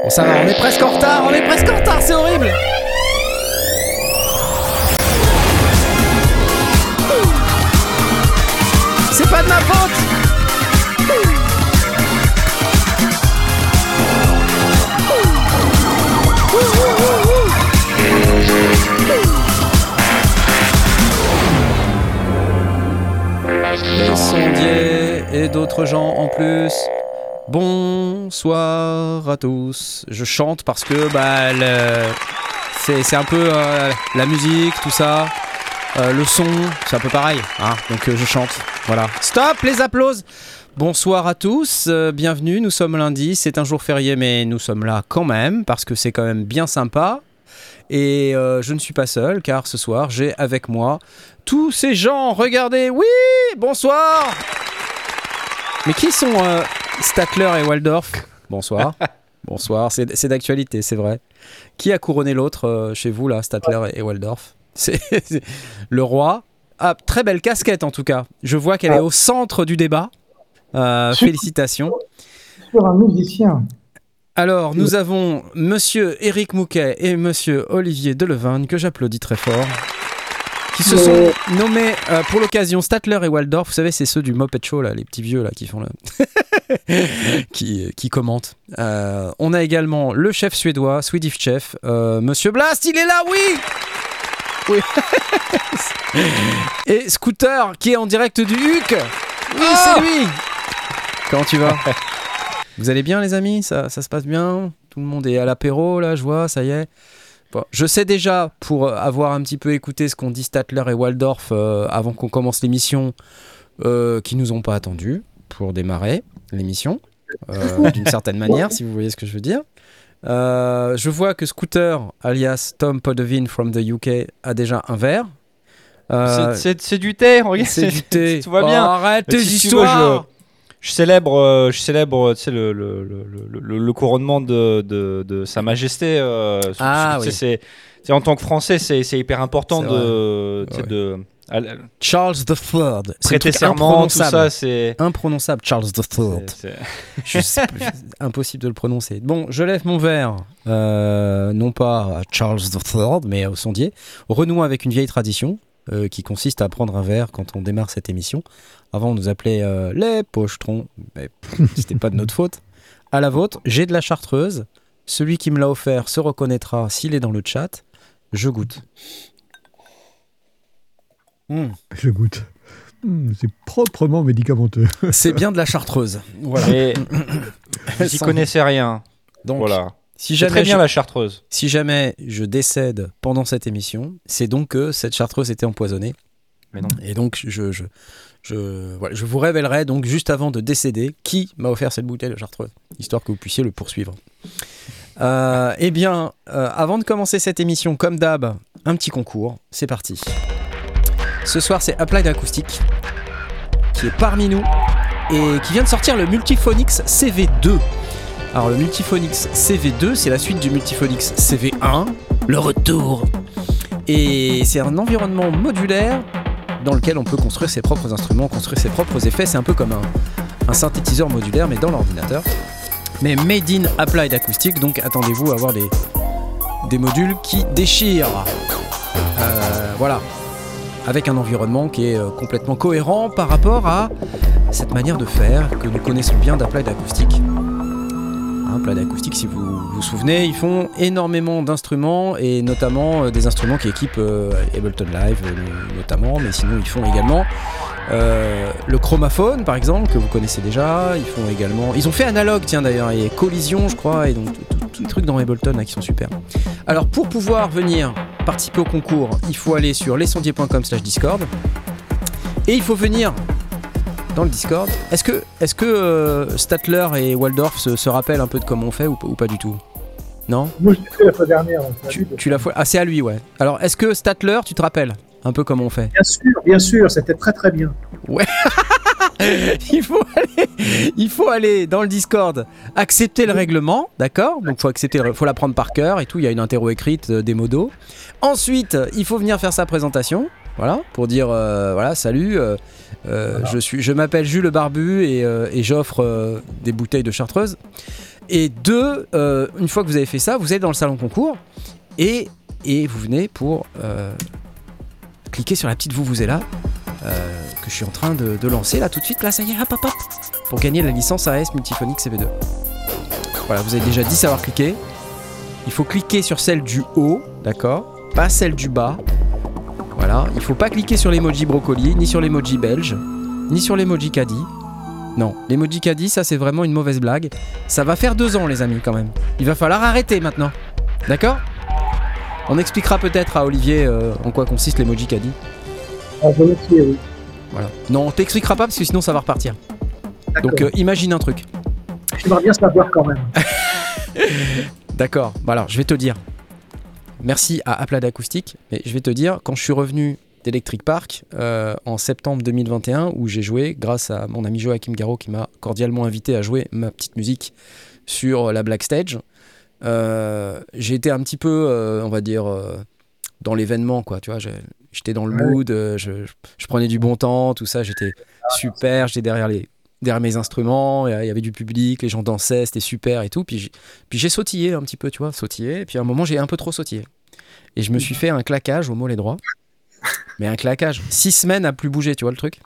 Bon, ça va, on est presque en retard, c'est horrible. C'est pas de ma faute. Les sondiers et d'autres gens en plus. Bonsoir à tous. Je chante parce que c'est un peu la musique, tout ça. Le son, c'est un peu pareil, hein, donc je chante. Voilà. Stop les applauses. Bonsoir à tous, bienvenue. Nous sommes lundi, c'est un jour férié, mais nous sommes là quand même parce que c'est quand même bien sympa. Et je ne suis pas seul, car ce soir j'ai avec moi tous ces gens. Regardez, oui, bonsoir. Mais qui sont Statler et Waldorf? Bonsoir. Bonsoir, c'est d'actualité, c'est vrai. Qui a couronné l'autre chez vous là, Statler et Waldorf? C'est le roi. Ah, très belle casquette en tout cas. Je vois qu'elle est au centre du débat. Félicitations. Sur un musicien. Alors, nous avons Monsieur Éric Mouquet et Monsieur Olivier Delevingne, que j'applaudis très fort, qui se sont nommés pour l'occasion Statler et Waldorf. Vous savez, c'est ceux du Muppet Show, là, les petits vieux là, qui font qui commentent. On a également le chef suédois, Swedish Chef, Monsieur Blast, il est là, oui. Oui. Et Scooter, qui est en direct du HUC. Oui, c'est lui. Comment tu vas? Vous allez bien les amis? Ça se passe bien? Tout le monde est à l'apéro là, je vois, ça y est. Bon, je sais déjà, pour avoir un petit peu écouté ce qu'ont dit Statler et Waldorf avant qu'on commence l'émission, qui nous ont pas attendus pour démarrer l'émission, d'une certaine manière, si vous voyez ce que je veux dire. Je vois que Scooter, alias Tom Podevin from the UK, a déjà un verre. C'est du thé, regarde. C'est du thé. Tout va bien. Arrête tes histoires. Je célèbre, tu sais, le couronnement de Sa Majesté. Oui. C'est en tant que Français, c'est hyper important de Charles III. Prêter serment, tout ça, c'est imprononçable. Charles III. C'est impossible de le prononcer. Bon, je lève mon verre, non pas à Charles III, mais au sondier. Renouons avec une vieille tradition qui consiste à prendre un verre quand on démarre cette émission. Avant, on nous appelait les pochetrons, mais c'était pas de notre faute. À la vôtre, j'ai de la chartreuse. Celui qui me l'a offert se reconnaîtra s'il est dans le chat. Je goûte. Je goûte. C'est proprement médicamenteux. C'est bien de la chartreuse. Voilà. Et j'y connaissais rien. Donc, voilà. Si jamais très bien la chartreuse. Si jamais je décède pendant cette émission, c'est donc que cette chartreuse était empoisonnée. Mais non. Et donc je vous révélerai donc juste avant de décéder qui m'a offert cette bouteille de chartreuse, histoire que vous puissiez le poursuivre. Avant de commencer cette émission, comme d'hab, un petit concours. C'est parti. Ce soir, c'est Applied Acoustic qui est parmi nous et qui vient de sortir le Multiphonics CV2. Alors le Multiphonics CV2, c'est la suite du Multiphonics CV1, le retour. Et c'est un environnement modulaire dans lequel on peut construire ses propres instruments, construire ses propres effets. C'est un peu comme un synthétiseur modulaire, mais dans l'ordinateur. Mais made in Applied Acoustic, donc attendez-vous à avoir des modules qui déchirent. Voilà. Avec un environnement qui est complètement cohérent par rapport à cette manière de faire que nous connaissons bien d'Applied Acoustic. Applied Acoustic, si vous vous souvenez, ils font énormément d'instruments et notamment des instruments qui équipent Ableton Live notamment, mais sinon ils font également le chromaphone par exemple que vous connaissez déjà. Ils ont fait Analog, tiens d'ailleurs, et Collision je crois, et donc tous les trucs dans Ableton là qui sont super. Alors pour pouvoir venir participer au concours, il faut aller sur lesondiers.com/discord et il faut venir dans le Discord. Est-ce que Statler et Waldorf se rappellent un peu de comment on fait ou pas du tout? Non? Moi je l'ai fait la fois dernière. Tu l'as fait? Ah, c'est à lui, ouais. Alors est-ce que Statler, tu te rappelles un peu comment on fait? Bien sûr, c'était très très bien. Ouais. Il faut aller dans le Discord, accepter le règlement, d'accord? Donc faut l'apprendre par cœur et tout. Il y a une interro écrite, des modos. Ensuite, il faut venir faire sa présentation, voilà, pour dire voilà, salut. Je m'appelle Jules le Barbu et j'offre des bouteilles de chartreuse. Et 2, une fois que vous avez fait ça, vous êtes dans le salon concours et vous venez pour cliquer sur la petite vuvuzela que je suis en train de lancer là tout de suite. Là, ça y est, hop, pour gagner la licence AES Multiphonic CV2. Voilà, vous avez déjà dit savoir cliquer. Il faut cliquer sur celle du haut, d'accord ? Pas celle du bas. Voilà, il faut pas cliquer sur l'emoji brocoli, ni sur l'emoji belge, ni sur l'emoji caddie. Non, l'emoji caddie, ça c'est vraiment une mauvaise blague. Ça va faire 2 ans les amis quand même. Il va falloir arrêter maintenant. D'accord ? On expliquera peut-être à Olivier en quoi consiste l'emoji caddie. Volontiers, oui. Voilà. Non, on t'expliquera pas parce que sinon ça va repartir. D'accord. Donc imagine un truc. J'aimerais bien savoir quand même. D'accord, bah alors je vais te dire. Merci à Aplad Acoustique, mais je vais te dire, quand je suis revenu d'Electric Park en septembre 2021, où j'ai joué grâce à mon ami Joachim Garraud qui m'a cordialement invité à jouer ma petite musique sur la Black Stage, j'ai été un petit peu, on va dire, dans l'événement, quoi, tu vois, j'étais dans le mood, je prenais du bon temps, tout ça, j'étais super, j'étais derrière mes instruments, il y avait du public, les gens dansaient, c'était super et tout. Puis j'ai sautillé un petit peu, tu vois, et puis à un moment j'ai un peu trop sautillé. Et je me suis fait un claquage au mollet droit. Mais un claquage, 6 semaines à plus bouger, tu vois le truc.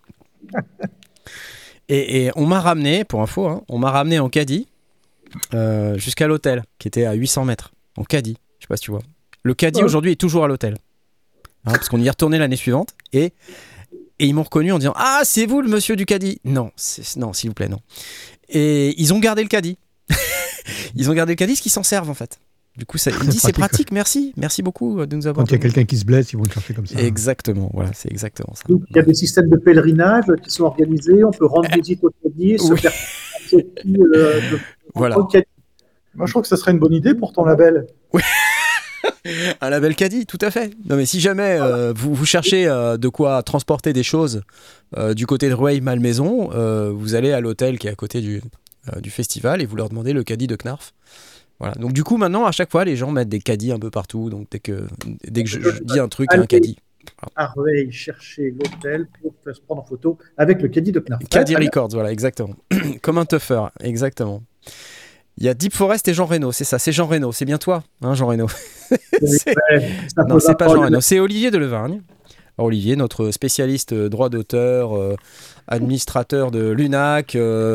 Et on m'a ramené, pour info, hein, on m'a ramené en caddie jusqu'à l'hôtel, qui était à 800 mètres, en caddie, je sais pas si tu vois. Le caddie aujourd'hui est toujours à l'hôtel. Hein, parce qu'on y est retourné l'année suivante, et ils m'ont reconnu en disant « Ah, c'est vous le monsieur du caddie !» Non, non, s'il vous plaît, non. Et ils ont gardé le caddie. Ils ont gardé le caddie, ce qu'ils s'en servent en fait. Du coup, il me dit c'est pratique, merci beaucoup de nous avoir. Quand il y a quelqu'un qui se blesse, ils vont le chercher comme ça. Exactement, voilà, c'est exactement ça. Donc, il y a des systèmes de pèlerinage qui sont organisés, on peut rendre visite au caddie, se faire voilà. Moi, je trouve que ça serait une bonne idée pour ton label. Oui. Un label caddie, tout à fait. Non, mais si jamais vous cherchez de quoi transporter des choses du côté de Rueil-Malmaison, vous allez à l'hôtel qui est à côté du festival et vous leur demandez le caddie de Knarf. Voilà. Donc du coup maintenant à chaque fois les gens mettent des caddies un peu partout, donc dès que je dis un truc, il y a un caddie. À Rueil, chercher l'hôtel pour se prendre en photo avec le caddie de Knarf. Caddie Records, voilà, exactement. Comme un tuffer, exactement. Il y a Deep Forest et Jean Reno, c'est ça, c'est Jean Reno, c'est bien toi, hein, Jean Reno. Non, c'est pas Jean Reno, c'est Olivier de Levargne. Alors, Olivier, notre spécialiste droit d'auteur, administrateur de l'UNAC,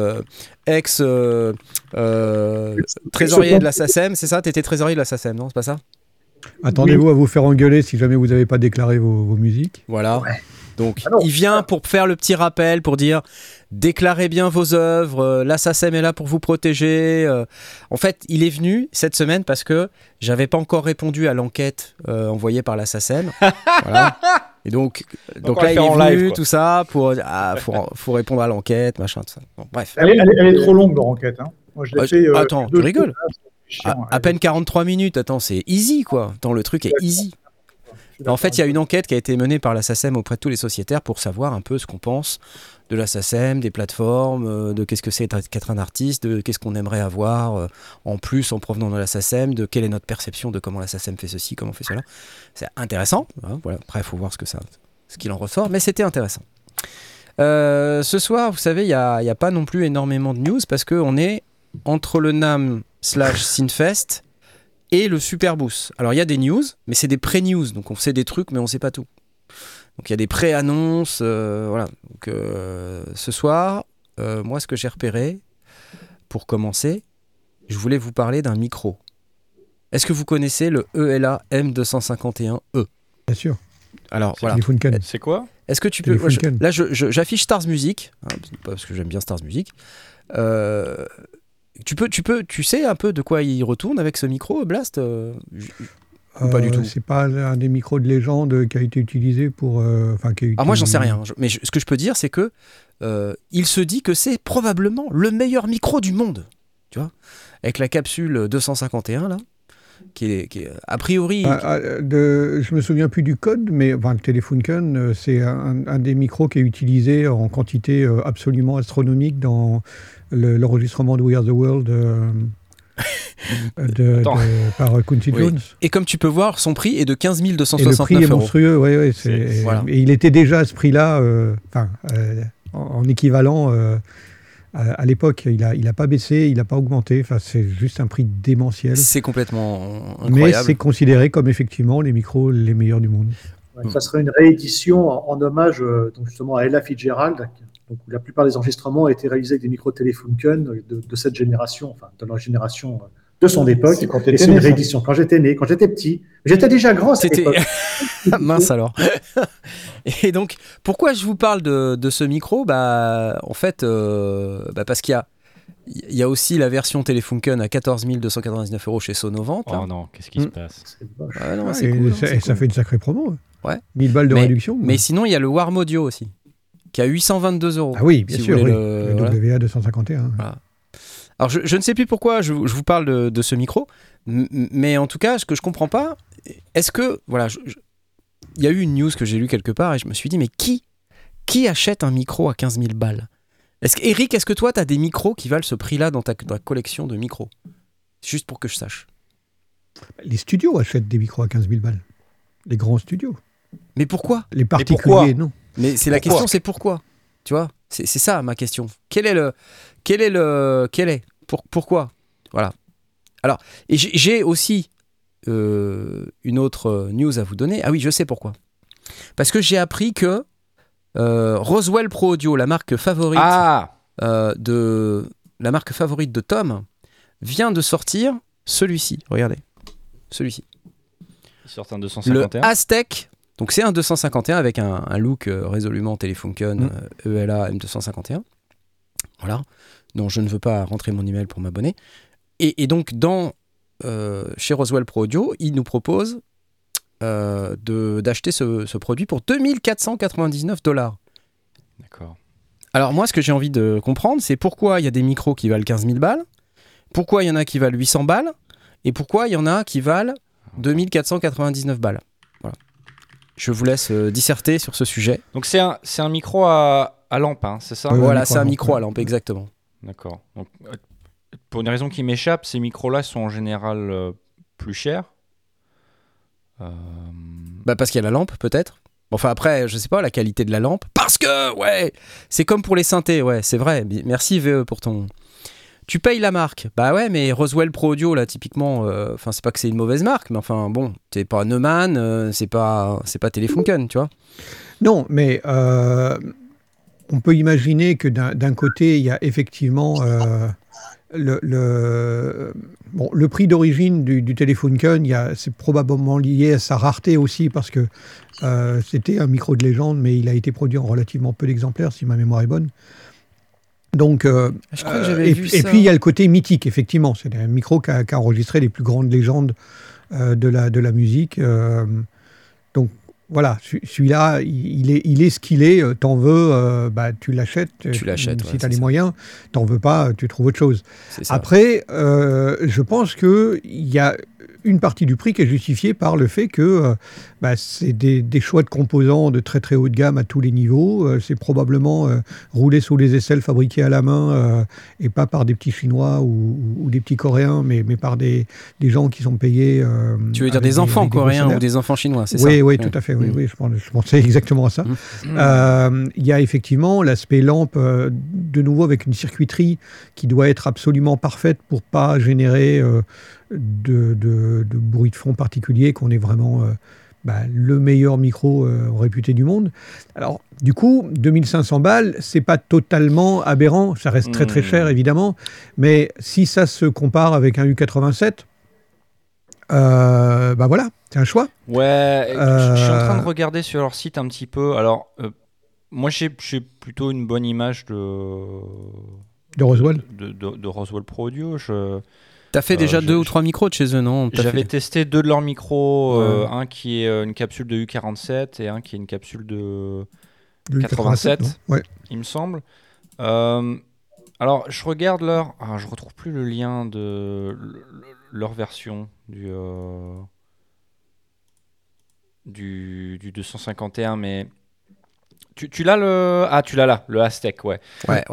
trésorier de la SACEM, c'est ça ? T'étais trésorier de la SACEM, non ? C'est pas ça ? Attendez-vous à vous faire engueuler si jamais vous n'avez pas déclaré vos musiques. Voilà. Ouais. Donc, il vient pour faire le petit rappel, pour dire déclarez bien vos œuvres, la SACEM est là pour vous protéger. En fait, il est venu cette semaine parce que j'avais pas encore répondu à l'enquête envoyée par la SACEM. Voilà. Et donc là, il est venu, live, tout ça, faut répondre à l'enquête, machin, tout ça. Bon, bref. Elle est trop longue, leur enquête. Hein. Moi, je l'ai fait, attends, tu rigoles ? À peine 43 minutes, attends, c'est easy, quoi. Attends, le truc est easy. En fait, il y a une enquête qui a été menée par la SACEM auprès de tous les sociétaires pour savoir un peu ce qu'on pense de la SACEM, des plateformes, de qu'est-ce que c'est qu'être un artiste, de qu'est-ce qu'on aimerait avoir en plus en provenant de la SACEM, de quelle est notre perception de comment la SACEM fait ceci, comment fait cela. C'est intéressant. Hein, voilà. Après, il faut voir ce qu'il en ressort, mais c'était intéressant. Ce soir, vous savez, il n'y a pas non plus énormément de news parce qu'on est entre le NAMM/Synfest et le Superboost. Alors il y a des news, mais c'est des pré-news, donc on sait des trucs, mais on sait pas tout. Donc il y a des pré-annonces, voilà. Donc ce soir, moi ce que j'ai repéré, pour commencer, je voulais vous parler d'un micro. Est-ce que vous connaissez le ELA M251E ? Bien sûr. Alors voilà. C'est quoi ? Est-ce que tu peux là j'affiche Stars Music, hein, parce que j'aime bien Stars Music. Tu sais un peu de quoi il retourne avec ce micro, Blast ou pas du tout. C'est pas un des micros de légende qui a été utilisé pour. Moi, j'en sais rien. Mais ce que je peux dire, c'est que il se dit que c'est probablement le meilleur micro du monde. Tu vois, avec la capsule 251 là, qui est a priori. Je me souviens plus du code, mais le Telefunken, c'est un des micros qui est utilisé en quantité absolument astronomique dans l'enregistrement de We Are the World par Quincy Jones. Et comme tu peux voir, son prix est de 15 269 €. Le prix est monstrueux, voilà. Et il était déjà à ce prix-là, en équivalent À l'époque, il a pas baissé, il n'a pas augmenté. Enfin, c'est juste un prix démentiel. C'est complètement Mais incroyable. c'est considéré comme effectivement les micros les meilleurs du monde. Ouais, ça serait une réédition en hommage donc justement à Ella Fitzgerald. Donc, où la plupart des enregistrements ont été réalisés avec des micros Telefunken de cette génération, enfin de leur génération de son époque. C'est quand Et t'étais c'est une né, ça. réédition quand j'étais né, quand j'étais petit. J'étais déjà grand à cette C'était- époque. Mince alors. Et donc, pourquoi je vous parle de ce micro ? En fait, parce qu'il y a aussi la version Telefunken à 14 299 € chez Sonovant. là. Oh non, qu'est-ce qui se passe? C'est moche. Ouais, non, Ah, c'est et cool, hein, ça, c'est et ça cool. fait une sacrée promo. Ouais. 1000 balles de réduction. Mais sinon, il y a le Warm Audio aussi, qui a 822 €. Ah oui, bien si sûr, vous oui. voulez Le voilà. WA 251. Voilà. Alors, je ne sais plus pourquoi je vous parle de ce micro, mais en tout cas, ce que je comprends pas, est-ce que, voilà, il y a eu une news que j'ai lue quelque part et je me suis dit, mais qui achète un micro à 15 000 balles ? Eric, est-ce que toi, tu as des micros qui valent ce prix-là dans ta collection de micros ? Juste pour que je sache. Les studios achètent des micros à 15 000 balles. Les grands studios. Mais pourquoi ? Les pourquoi particuliers, non. Mais c'est la Pourquoi question, c'est pourquoi ? Tu vois ? C'est ça ma question. Pourquoi ? Voilà. Alors, et j'ai aussi une autre news à vous donner. Ah oui, je sais pourquoi. Parce que j'ai appris que Roswell Pro Audio, la marque favorite de Tom, vient de sortir celui-ci. Regardez, celui-ci. Ils sortent un Le 251. Aztec. Donc c'est un 251 avec un look résolument Telefunken ELA M251. Voilà. Donc je ne veux pas rentrer mon email pour m'abonner. Et donc chez Roswell Pro Audio, ils nous proposent d'acheter ce produit pour 2499 $. D'accord. Alors moi, ce que j'ai envie de comprendre, c'est pourquoi il y a des micros qui valent 15 000 balles, pourquoi il y en a qui valent 800 balles, et pourquoi il y en a qui valent 2499 balles. Voilà. Je vous laisse disserter sur ce sujet. Donc c'est un micro à lampe, hein, c'est ça? Ouais, Voilà, micro c'est à un lampe, micro à ouais. lampe, exactement. D'accord. Donc, pour une raison qui m'échappe, ces micros-là sont en général plus chers. Parce qu'il y a la lampe, peut-être. Enfin, après, je sais pas, la qualité de la lampe. Parce que, ouais, c'est comme pour les synthés, ouais, c'est vrai. Merci VE pour ton... Tu payes la marque. Bah ouais, mais Roswell Pro Audio, là, typiquement, c'est pas que c'est une mauvaise marque, mais enfin, bon, c'est pas Neumann, c'est pas Telefunken, tu vois. Non, mais on peut imaginer que d'un côté, il y a effectivement le prix d'origine du Telefunken, c'est probablement lié à sa rareté aussi, parce que c'était un micro de légende, mais il a été produit en relativement peu d'exemplaires, si ma mémoire est bonne. Donc, Je crois que j'avais vu et ça. puis il y a le côté mythique, effectivement. C'est un micro qui a enregistré les plus grandes légendes de la musique. Donc voilà, celui-là, il est ce qu'il est. T'en veux, tu l'achètes. Tu l'achètes, si ouais, t'as c'est les ça. moyens. T'en veux pas, tu trouves autre chose. C'est ça. Après, je pense qu'il y a une partie du prix qui est justifiée par le fait que c'est des choix de composants de très très haut de gamme à tous les niveaux. C'est probablement roulé sous les aisselles, fabriqué à la main, et pas par des petits Chinois ou des petits Coréens, mais par des gens qui sont payés. Tu veux dire avec des enfants avec gros coréens salaires. ou des enfants chinois, c'est ça? Oui, oui, tout à fait. Oui, oui, je pensais exactement à ça. Il y a effectivement l'aspect lampe, de nouveau avec une circuiterie qui doit être absolument parfaite pour pas générer de bruit de fond particulier, qu'on est vraiment le meilleur micro réputé du monde. Alors, du coup, 2500 balles, c'est pas totalement aberrant. Ça reste très très cher, évidemment. Mais si ça se compare avec un U87, voilà, c'est un choix. Ouais, je suis en train de regarder sur leur site un petit peu. Alors, moi, j'ai plutôt une bonne image de Roswell. de Roswell Pro Audio. T'as fait déjà 2 ou 3 micros de chez eux, non? J'avais testé 2 de leurs micros, Ouais. un qui est une capsule de U47 et un qui est une capsule de Le 87, non ouais. il me semble. Alors, je regarde leur... Ah, je retrouve plus le lien de leur version du 251, mais... Tu l'as le... Ah, tu l'as là, le Aztec, ouais. Ouais.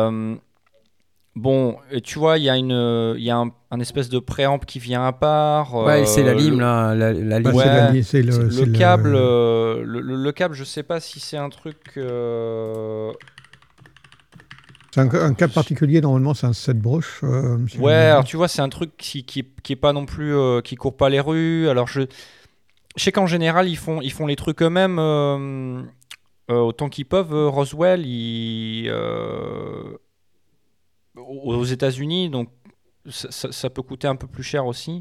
Bon, et tu vois, il y a un espèce de préamp qui vient à part. Ouais, c'est la lime, là. La lime. Ouais. C'est Le câble, le câble, je sais pas si c'est un truc. C'est C'est un cas particulier, normalement, c'est un 7 broches. Ouais, alors tu vois, c'est un truc qui est pas non plus, qui court pas les rues. Alors je sais qu'en général, ils font les trucs eux-mêmes autant qu'ils peuvent. Roswell, aux États-Unis, donc ça peut coûter un peu plus cher aussi.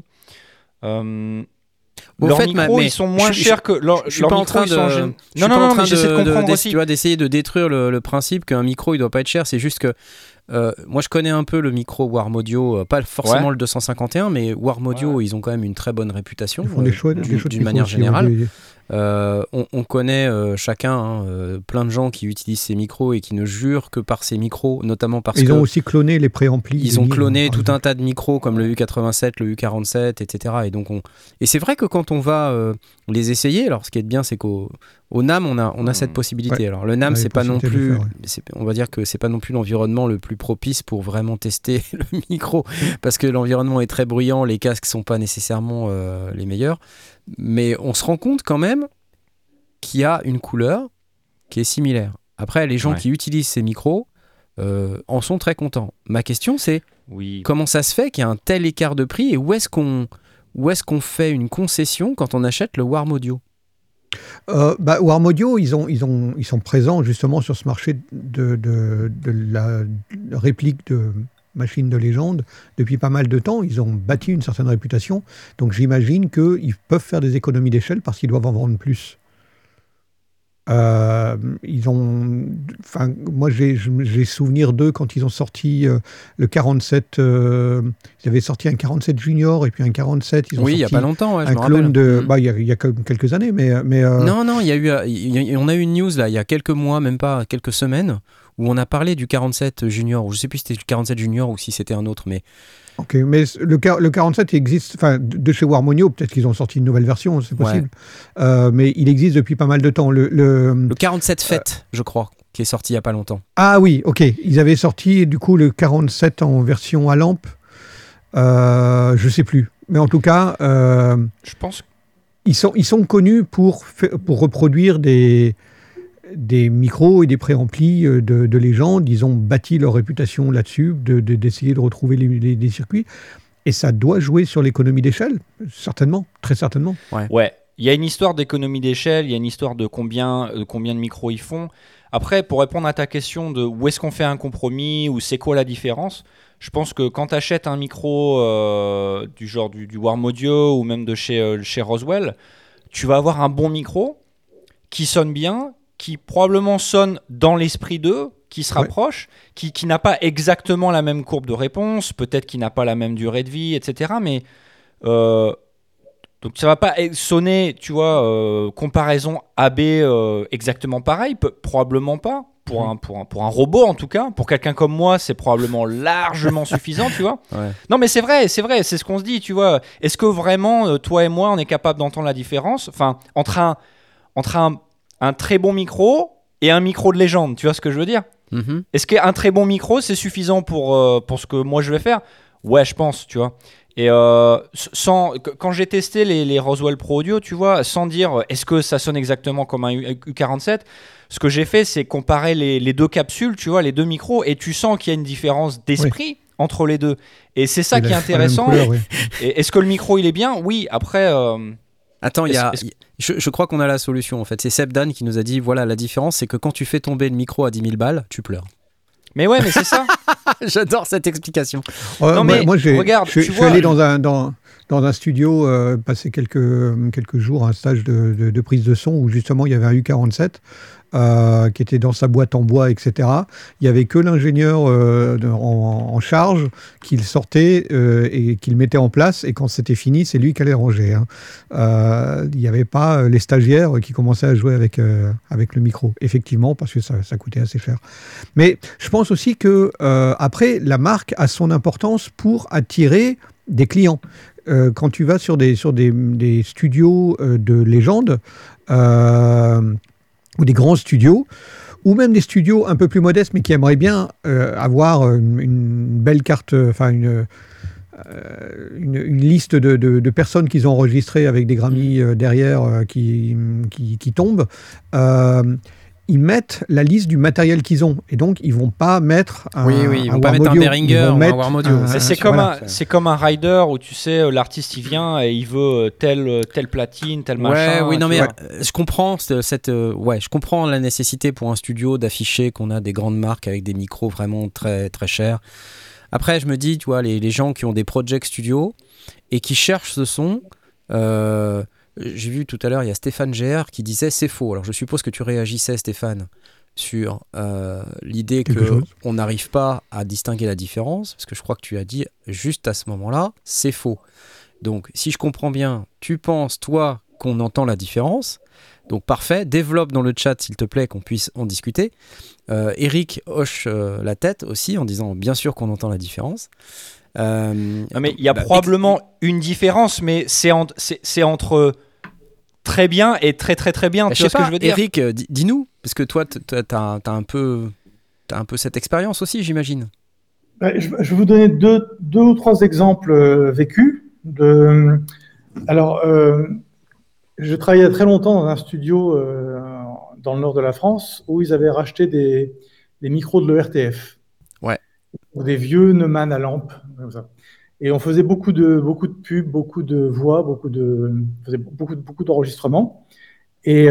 Leurs micros, ils sont moins chers que je suis pas en train de. Non, mais j'essaie de comprendre aussi. Tu vois, d'essayer de détruire le principe qu'un micro il doit pas être cher. C'est juste que moi je connais un peu le micro Warm Audio, pas forcément le 251, mais Warm Audio ils ont quand même une très bonne réputation. Ils font des choix d'une manière générale. On connaît chacun plein de gens qui utilisent ces micros et qui ne jurent que par ces micros, notamment parce qu'ils ont aussi cloné les préamplis. Ils ont cloné tout un tas de micros comme le U87, le U47, etc. Et c'est vrai que quand on va les essayer, alors ce qui est bien, c'est qu'au NAMM, on a cette possibilité. Alors le NAMM, c'est pas non plus, on va dire que c'est pas non plus l'environnement le plus propice pour vraiment tester le micro, parce que l'environnement est très bruyant, les casques sont pas nécessairement les meilleurs. Mais on se rend compte quand même qu'il y a une couleur qui est similaire. Après, les gens qui utilisent ces micros en sont très contents. Ma question, c'est comment ça se fait qu'il y a un tel écart de prix et où est-ce qu'on fait une concession quand on achète le Warm Audio ? Warm Audio, ils sont présents justement sur ce marché de la réplique de machine de légende depuis pas mal de temps. Ils ont bâti une certaine réputation, donc j'imagine qu'ils peuvent faire des économies d'échelle parce qu'ils doivent en vendre plus. Moi j'ai souvenir d'eux quand ils ont sorti le 47. Ils avaient sorti un 47 Junior et puis un 47. Ils ont sorti il y a pas longtemps, un clone de. Il y a quelques années, mais non, on a eu une news là il y a quelques mois, même pas quelques semaines, où on a parlé du 47 Junior, ou je sais plus si c'était le 47 Junior ou si c'était un autre, mais... Ok, mais le 47 existe, enfin de chez Warm Audio, peut-être qu'ils ont sorti une nouvelle version, c'est possible, mais il existe depuis pas mal de temps. Le 47 Fête, je crois, qui est sorti il y a pas longtemps. Ah oui, ok, ils avaient sorti du coup le 47 en version à lampe, je sais plus, mais en tout cas, je pense ils sont connus pour reproduire des micros et des préamplis de légende. Ils ont bâti leur réputation là-dessus, d'essayer de retrouver les circuits. Et ça doit jouer sur l'économie d'échelle, certainement, très certainement. Ouais, il y a une histoire d'économie d'échelle, il y a une histoire de combien de micros ils font. Après, pour répondre à ta question de où est-ce qu'on fait un compromis ou c'est quoi la différence, je pense que quand tu achètes un micro du genre du Warm Audio ou même de chez Roswell, tu vas avoir un bon micro qui sonne bien, qui probablement sonne dans l'esprit d'eux, qui se rapproche, qui n'a pas exactement la même courbe de réponse, peut-être qu'il n'a pas la même durée de vie, etc. Mais donc ça va pas sonner, tu vois, comparaison AB exactement pareil, probablement pas. Pour un robot en tout cas, pour quelqu'un comme moi, c'est probablement largement suffisant, tu vois. Non mais c'est vrai, c'est ce qu'on se dit, tu vois. Est-ce que vraiment, toi et moi, on est capable d'entendre la différence, enfin, entre un très bon micro et un micro de légende, tu vois ce que je veux dire ? Est-ce qu'un très bon micro, c'est suffisant pour ce que moi je vais faire ? Ouais, je pense, tu vois. Et quand j'ai testé les Roswell Pro Audio, tu vois, sans dire est-ce que ça sonne exactement comme un U47, ce que j'ai fait, c'est comparer les deux capsules, tu vois, les deux micros, et tu sens qu'il y a une différence d'esprit entre les deux. Et c'est ça qui est intéressant. Couleur, Et est-ce que le micro, il est bien ? Oui, après... Attends, je crois qu'on a la solution en fait. C'est Seb Dan qui nous a dit voilà, la différence c'est que quand tu fais tomber le micro à 10 000 balles, tu pleures. Mais ouais, mais c'est ça. J'adore cette explication. Non, mais moi, je suis allé dans un studio, passer quelques jours, un stage de prise de son où justement il y avait un U47 qui était dans sa boîte en bois, etc. Il n'y avait que l'ingénieur en charge qui le sortait et qui le mettait en place, et quand c'était fini, c'est lui qui allait ranger. Il n'y avait pas les stagiaires qui commençaient à jouer avec le micro, effectivement, parce que ça coûtait assez cher. Mais je pense aussi que après, la marque a son importance pour attirer des clients. Quand tu vas sur des studios de légende, ou des grands studios, ou même des studios un peu plus modestes, mais qui aimeraient bien avoir une belle carte, enfin une liste de personnes qu'ils ont enregistrées avec des Grammy derrière qui tombent. ils mettent la liste du matériel qu'ils ont. Et donc, ils vont pas mettre un ils vont pas mettre un Behringer ou un War Audio. C'est comme un rider où tu sais, l'artiste il vient et il veut telle platine, tel machin. Oui, non mais je comprends je comprends la nécessité pour un studio d'afficher qu'on a des grandes marques avec des micros vraiment très très chers. Après, je me dis, tu vois, les gens qui ont des project studios et qui cherchent ce son. J'ai vu tout à l'heure, il y a Stéphane GR qui disait c'est faux. Alors je suppose que tu réagissais, Stéphane, sur l'idée qu'on n'arrive pas à distinguer la différence, parce que je crois que tu as dit juste à ce moment-là, c'est faux. Donc si je comprends bien, tu penses, toi, qu'on entend la différence. Donc parfait, développe dans le chat s'il te plaît qu'on puisse en discuter. Eric hoche la tête aussi en disant bien sûr qu'on entend la différence. Mais il y a probablement une différence, mais c'est entre très bien et très très très bien. Tu vois ce que je veux dire ? Eric, dis-nous, parce que toi, t'as un peu cette expérience aussi, j'imagine. Je vais vous donner deux ou trois exemples vécus. Alors, je travaillais il y a très longtemps dans un studio dans le nord de la France où ils avaient racheté des micros de l'ERTF. Ouais. Ou des vieux Neumann à lampe, comme ça. Et on faisait beaucoup de pubs, beaucoup de voix, on faisait beaucoup d'enregistrements. Et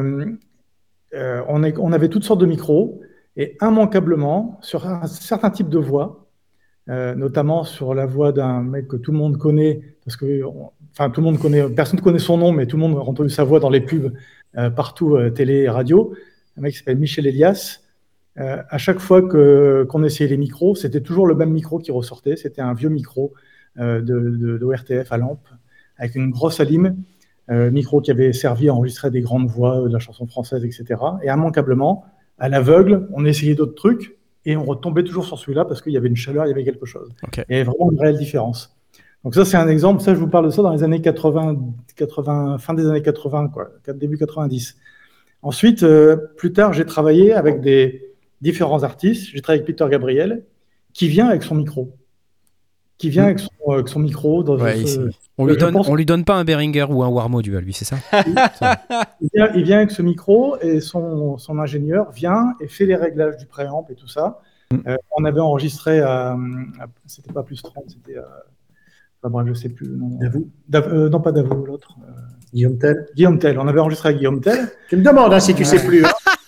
on avait toutes sortes de micros. Et immanquablement, sur un certain type de voix, notamment sur la voix d'un mec que tout le monde connaît, parce que tout le monde connaît, personne ne connaît son nom, mais tout le monde a entendu sa voix dans les pubs partout, télé et radio. Un mec qui s'appelle Michel Elias. À chaque fois qu'on essayait les micros, c'était toujours le même micro qui ressortait. C'était un vieux micro de ORTF à lampe, avec une grosse alim, micro qui avait servi à enregistrer des grandes voix de la chanson française, etc. Et immanquablement, à l'aveugle, on essayait d'autres trucs et on retombait toujours sur celui-là parce qu'il y avait une chaleur, il y avait quelque chose. Okay. Il y avait vraiment une réelle différence. Donc ça, c'est un exemple. Ça, je vous parle de ça dans les années 80 fin des années 80, début 90. Ensuite, plus tard, j'ai travaillé avec des différents artistes. J'ai travaillé avec Peter Gabriel, qui vient avec son micro. Avec son micro. On lui donne pas un Behringer ou un War Audio à lui, c'est ça? Il vient avec ce micro et son ingénieur vient et fait les réglages du préamp et tout ça. On avait enregistré c'était pas plus 30, c'était bref, je sais plus. Non, pas Davout, l'autre. Guillaume Tell. On avait enregistré avec Guillaume Tell. Tu me demandes si tu sais plus.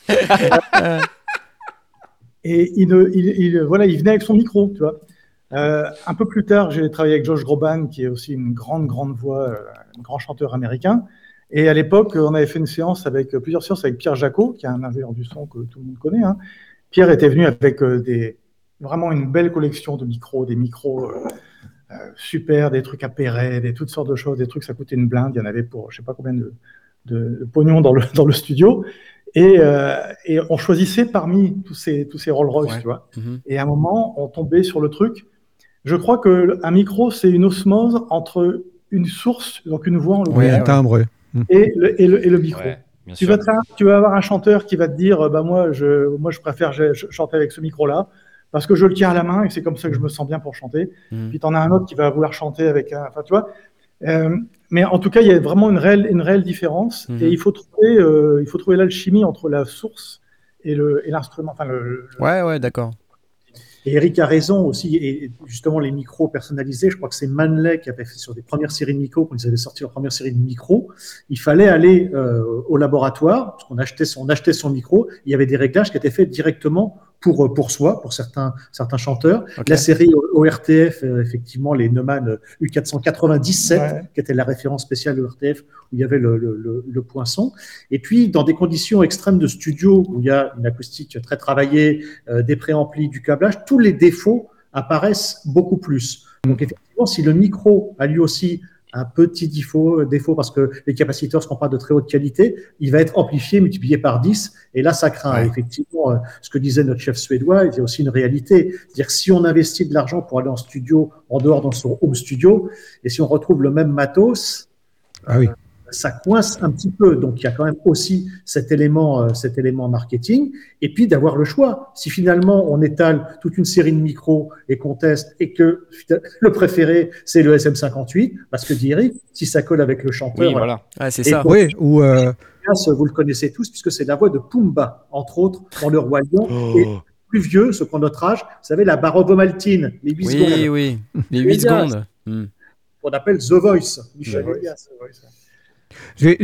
Et il venait avec son micro, tu vois. Un peu plus tard, j'ai travaillé avec Josh Groban, qui est aussi une grande voix, un grand chanteur américain. Et à l'époque, on avait fait plusieurs séances avec Pierre Jacot, qui est un ingénieur du son que tout le monde connaît. Hein. Pierre était venu avec vraiment une belle collection de micros, des micros super, des trucs à Perret, toutes sortes de choses, des trucs, ça coûtait une blinde. Il y en avait pour je sais pas combien de pognon dans le studio. Et on choisissait parmi tous ces Rolls-Royce, tu vois. Mm-hmm. Et à un moment, on tombait sur le truc. Je crois qu'un micro, c'est une osmose entre une source, donc une voix en un timbre, et le micro. Ouais, tu vas avoir un chanteur qui va te dire, moi, je préfère chanter avec ce micro-là, parce que je le tiens à la main et c'est comme ça que je me sens bien pour chanter. Puis tu en as un autre qui va vouloir chanter avec un... Enfin, tu vois. Mais en tout cas, il y a vraiment une réelle différence et il faut trouver l'alchimie entre la source et l'instrument. Enfin, Ouais, d'accord. Et Eric a raison aussi, et justement les micros personnalisés, je crois que c'est Manley qui avait fait sur des premières séries de micros, quand ils avaient sorti leur première série de micros, il fallait aller au laboratoire, parce qu'on achetait son micro, il y avait des réglages qui étaient faits directement pour soi, pour certains chanteurs. Okay. La série ORTF, effectivement, les Neumann U497, qui était la référence spéciale de ORTF, où il y avait le poinçon. Et puis, dans des conditions extrêmes de studio, où il y a une acoustique très travaillée, des préamplis, du câblage, tous les défauts apparaissent beaucoup plus. Donc, effectivement, si le micro a lui aussi un petit défaut parce que les capaciteurs ne seront pas de très haute qualité, il va être amplifié, multiplié par 10, et là, ça craint. Effectivement, ce que disait notre chef suédois, il y a aussi une réalité. C'est-à-dire que si on investit de l'argent pour aller en studio, en dehors dans son home studio, et si on retrouve le même matos, ça coince un petit peu. Donc, il y a quand même aussi cet élément marketing. Et puis, d'avoir le choix. Si finalement, on étale toute une série de micros et qu'on teste et que le préféré, c'est le SM58, parce que dit Eric, si ça colle avec le chanteur. Oui, voilà. C'est ça. Oui, ou Phineas, vous le connaissez tous, puisque c'est la voix de Pumba, entre autres, dans Le Roi Lion. Et plus vieux, ceux qui ont notre âge, vous savez, la barbe ovaltine, les 8 secondes. Oui, les 8 secondes. On appelle The Voice. Michel Elias. J'ai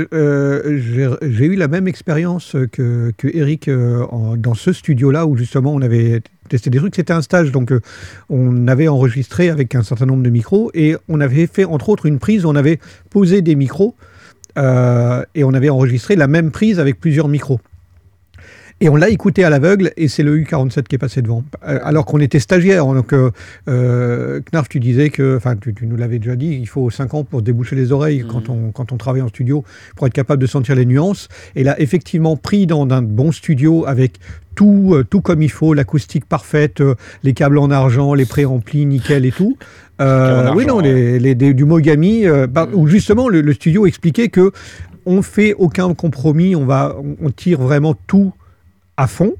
eu la même expérience que Eric dans ce studio-là où justement on avait testé des trucs. C'était un stage, donc on avait enregistré avec un certain nombre de micros et on avait fait entre autres une prise où on avait posé des micros et on avait enregistré la même prise avec plusieurs micros. Et on l'a écouté à l'aveugle et c'est le U47 qui est passé devant. Alors qu'on était stagiaire. Donc, Knarf, tu disais que, enfin, tu nous l'avais déjà dit, il faut 5 ans pour se déboucher les oreilles quand on travaille en studio pour être capable de sentir les nuances. Et là, effectivement, pris dans un bon studio avec tout comme il faut, l'acoustique parfaite, les câbles en argent, les préamplis nickel et tout. Oui, non, du Mogami, où justement le studio expliquait que on fait aucun compromis, on tire vraiment tout à fond.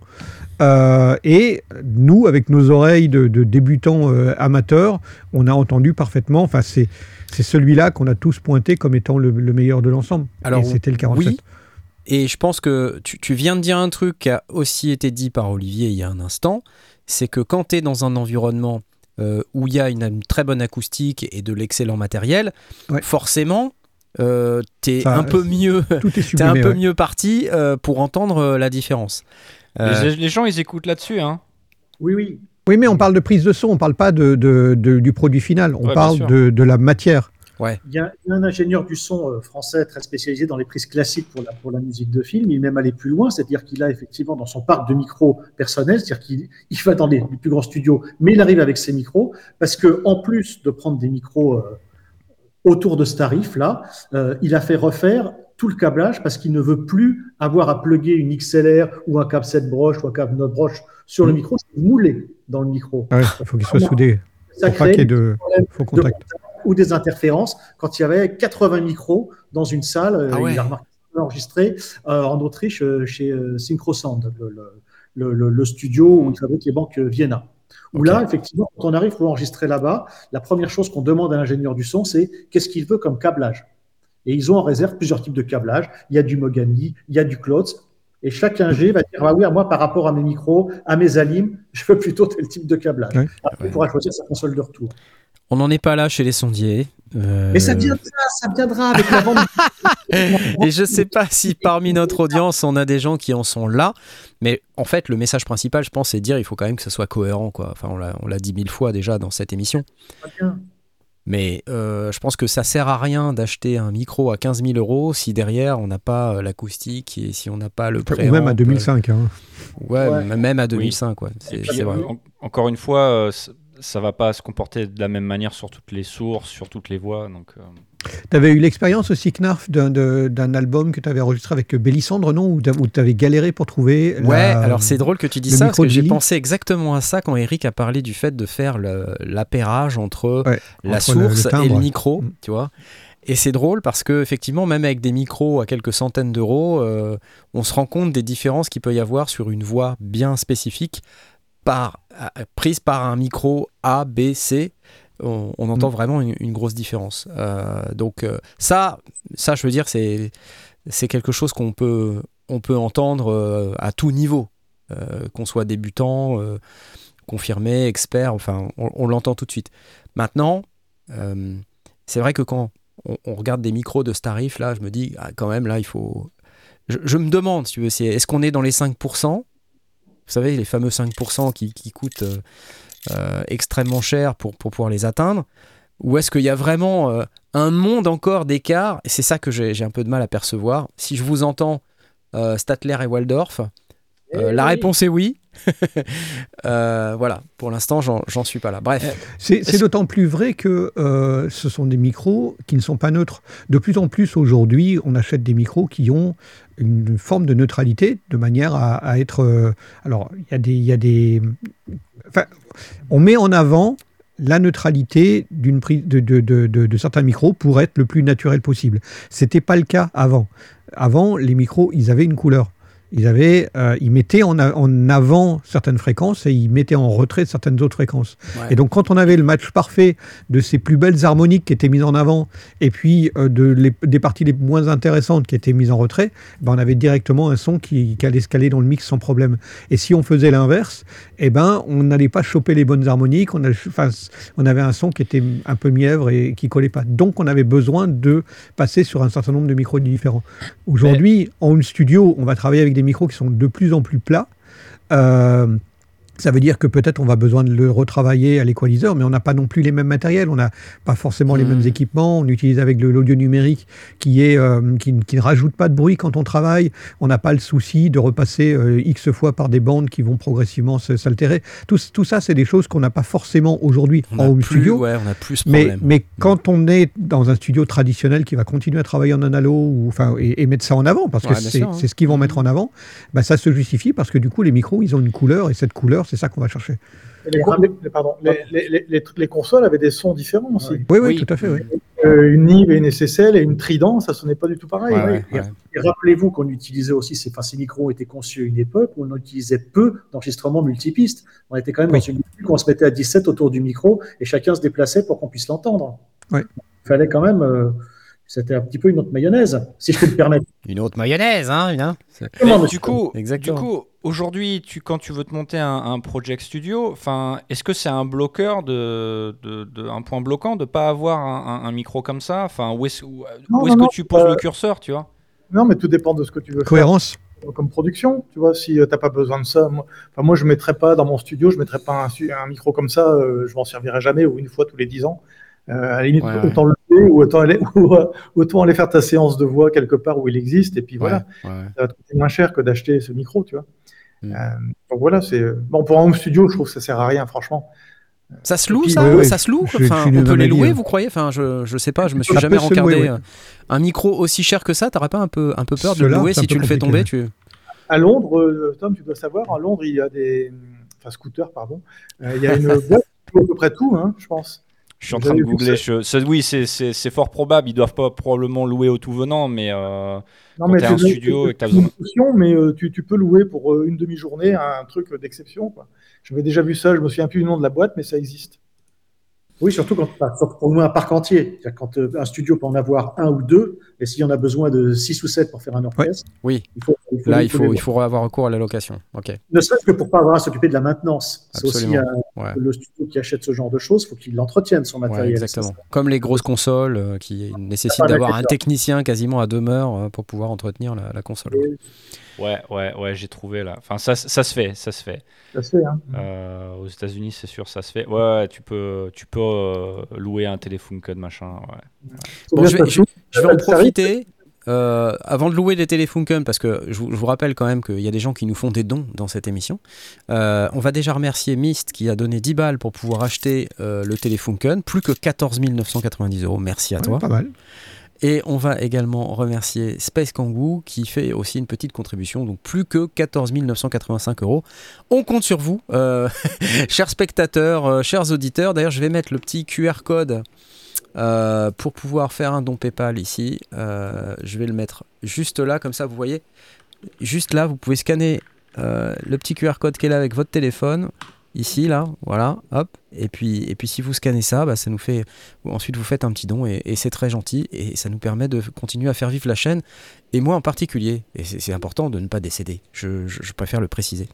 Et nous, avec nos oreilles de débutants amateurs, on a entendu parfaitement. Enfin, c'est celui-là qu'on a tous pointé comme étant le meilleur de l'ensemble. Alors, et c'était le 47. Oui. Et je pense que tu viens de dire un truc qui a aussi été dit par Olivier il y a un instant, c'est que quand tu es dans un environnement où il y a une très bonne acoustique et de l'excellent matériel, forcément, t'es un peu mieux parti pour entendre la différence. Les gens, ils écoutent là-dessus, hein. Oui. Oui, mais on parle de prise de son, on parle pas du produit final, on parle de la matière. Ouais. Il y a un ingénieur du son français très spécialisé dans les prises classiques pour la musique de film. Il est même allé plus loin, c'est-à-dire qu'il a effectivement dans son parc de micros personnels, c'est-à-dire qu'il va dans les plus grands studios, mais il arrive avec ses micros, parce que en plus de prendre des micros autour de ce tarif-là, il a fait refaire tout le câblage parce qu'il ne veut plus avoir à plugger une XLR ou un câble 7 broches ou un câble 9 broches sur le micro, c'est moulé dans le micro. Il faut qu'il soit soudé. Ça pour pas qu'il y ait de faux contact. Ou des interférences. Quand il y avait 80 micros dans une salle, il a remarqué enregistré en Autriche chez Synchrosound, le studio où il fabrique les banques Vienna. Où là, effectivement, quand on arrive pour enregistrer là-bas, la première chose qu'on demande à l'ingénieur du son, c'est qu'est-ce qu'il veut comme câblage. Et ils ont en réserve plusieurs types de câblage. Il y a du Mogami, il y a du Klotz. Et chaque ingé va dire, oui, moi, par rapport à mes micros, à mes alim, je veux plutôt tel type de câblage. Après, il pourra choisir sa console de retour. On n'en est pas là chez les sondiers. Mais ça viendra avec la vente. Et je ne sais pas si parmi notre audience, on a des gens qui en sont là. Mais en fait, le message principal, je pense, c'est de dire il faut quand même que ce soit cohérent, quoi. Enfin, on l'a dit 1000 fois déjà dans cette émission. Mais je pense que ça sert à rien d'acheter un micro à 15 000 euros si derrière on n'a pas l'acoustique et si on n'a pas le préamp. Ou même à 2005. Même à 2005. Ouais. C'est vrai. Encore une fois, ça va pas se comporter de la même manière sur toutes les sources, sur toutes les voix. Tu avais eu l'expérience aussi, Knarf, d'un album que tu avais enregistré avec Bélissandre, non ? Où tu avais galéré pour trouver. Alors c'est drôle que tu dis ça, parce que j'ai pensé exactement à ça quand Eric a parlé du fait de faire l'appairage entre la source et le micro, tu vois. Et c'est drôle parce que effectivement, même avec des micros à quelques centaines d'euros, on se rend compte des différences qu'il peut y avoir sur une voix bien spécifique prise par un micro A, B, C. On entend vraiment une grosse différence. Donc ça, je veux dire, c'est quelque chose qu'on peut entendre à tout niveau, qu'on soit débutant, confirmé, expert, enfin, on l'entend tout de suite. Maintenant, c'est vrai que quand on regarde des micros de ce tarif, là, je me dis, quand même, là, il faut... Je me demande, si tu veux, est-ce qu'on est dans les 5%? Vous savez, les fameux 5% qui coûtent extrêmement cher pour pouvoir les atteindre, ou est-ce qu'il y a vraiment un monde encore d'écart? Et c'est ça que j'ai un peu de mal à percevoir. Si je vous entends Statler et Waldorf, la réponse est oui. Voilà, pour l'instant, j'en suis pas là. Bref. C'est d'autant plus vrai que ce sont des micros qui ne sont pas neutres. De plus en plus, aujourd'hui, on achète des micros qui ont une forme de neutralité, de manière à être... alors, il y a des... Enfin, on met en avant la neutralité d'une prise de certains micros pour être le plus naturel possible. C'était pas le cas avant. Avant, les micros, ils avaient une couleur. Ils mettaient en avant certaines fréquences et ils mettaient en retrait certaines autres fréquences. Ouais. Et donc, quand on avait le match parfait de ces plus belles harmoniques qui étaient mises en avant et puis des parties les moins intéressantes qui étaient mises en retrait, on avait directement un son qui allait se caler dans le mix sans problème. Et si on faisait l'inverse, on n'allait pas choper les bonnes harmoniques, on avait un son qui était un peu mièvre et qui collait pas. Donc, on avait besoin de passer sur un certain nombre de micros différents. Aujourd'hui, en home studio, on va travailler avec des micros qui sont de plus en plus plats. Ça veut dire que peut-être on va besoin de le retravailler à l'équaliseur, mais on n'a pas non plus les mêmes matériels, on n'a pas forcément les mêmes équipements, on utilise avec l'audio numérique qui ne rajoute pas de bruit quand on travaille, on n'a pas le souci de repasser X fois par des bandes qui vont progressivement s'altérer. Tout ça, c'est des choses qu'on n'a pas forcément aujourd'hui en home studio. Ouais, on a plus ce problème. Mais quand on est dans un studio traditionnel qui va continuer à travailler en analo et mettre ça en avant, parce que c'est ce qu'ils vont mettre en avant, ça se justifie parce que du coup, les micros, ils ont une couleur et cette couleur, c'est ça qu'on va chercher. Les consoles avaient des sons différents aussi. Oui, tout à fait. Oui. Une Neve et une SSL et une Trident, ça sonnait pas du tout pareil. Et rappelez-vous qu'on utilisait aussi, ces micros ont été conçus à une époque où on utilisait peu d'enregistrements multipistes. On était quand même dans une époque où on se mettait à 17 autour du micro et chacun se déplaçait pour qu'on puisse l'entendre. Il fallait quand même... C'était un petit peu une autre mayonnaise, si je peux me permettre. Une autre mayonnaise, hein. Du coup, aujourd'hui, quand tu veux te monter un Project Studio, est-ce que c'est un bloqueur un point bloquant de ne pas avoir un micro comme ça? Où est-ce que tu poses le curseur, tu vois? Non, mais tout dépend de ce que tu veux Cohérence. faire comme production. Tu vois, si tu n'as pas besoin de ça, moi je ne mettrais pas dans mon studio, je ne mettrais pas un micro comme ça, je m'en servirai jamais ou une fois tous les 10 ans. À la limite, autant le lever ou autant aller faire ta séance de voix quelque part où il existe, et puis voilà. Ça va te coûter moins cher que d'acheter ce micro, tu vois. Donc voilà, pour un home studio, je trouve que ça sert à rien, franchement. Ça se loue, ça se loue. On peut les louer, vous croyez? Je sais pas, je me suis jamais regardé. Un micro aussi cher que ça, t'aurais pas un peu peur de le louer si tu le fais tomber? À Londres, Tom, tu dois savoir, à Londres, il y a scooters, pardon. Il y a une boîte qui loue à peu près tout, je pense. Je suis en train de googler. Oui, c'est fort probable. Ils doivent pas probablement louer au tout venant, mais quand tu as un studio et que tu as besoin. Mais tu peux louer pour une demi-journée un truc d'exception, quoi. J'avais déjà vu ça, je me souviens plus du nom de la boîte, mais ça existe. Oui, surtout pour nous un parc entier. Quand un studio peut en avoir un ou deux, et s'il y en a besoin de 6 ou 7 pour faire un orchestre, il faut avoir recours à la location. Ne serait-ce que pour ne pas avoir à s'occuper de la maintenance. C'est aussi le studio qui achète ce genre de choses, il faut qu'il l'entretienne, son matériel. Exactement. Comme les grosses consoles qui nécessitent d'avoir un technicien quasiment à demeure pour pouvoir entretenir la console. Ouais, j'ai trouvé là. Ça se fait. Ça se fait, aux États-Unis, c'est sûr, ça se fait. Ouais, tu peux louer un Telefunken, machin. Bon, je vais en profiter. Avant de louer des Telefunken, parce que je vous rappelle quand même qu'il y a des gens qui nous font des dons dans cette émission, on va déjà remercier Myst qui a donné 10 balles pour pouvoir acheter le Telefunken, plus que 14 990 €. Merci à toi. Pas mal. Et on va également remercier Space Kangoo qui fait aussi une petite contribution, donc plus que 14 985 €. On compte sur vous, chers spectateurs, chers auditeurs. D'ailleurs, je vais mettre le petit QR code pour pouvoir faire un don PayPal ici. Je vais le mettre juste là, comme ça vous voyez. Juste là, vous pouvez scanner le petit QR code qui est là avec votre téléphone. Ici, là, voilà, hop. Et puis si vous scannez ça, ça nous fait... Ensuite, vous faites un petit don et c'est très gentil. Et ça nous permet de continuer à faire vivre la chaîne. Et moi en particulier. Et c'est important de ne pas décéder. Je préfère le préciser.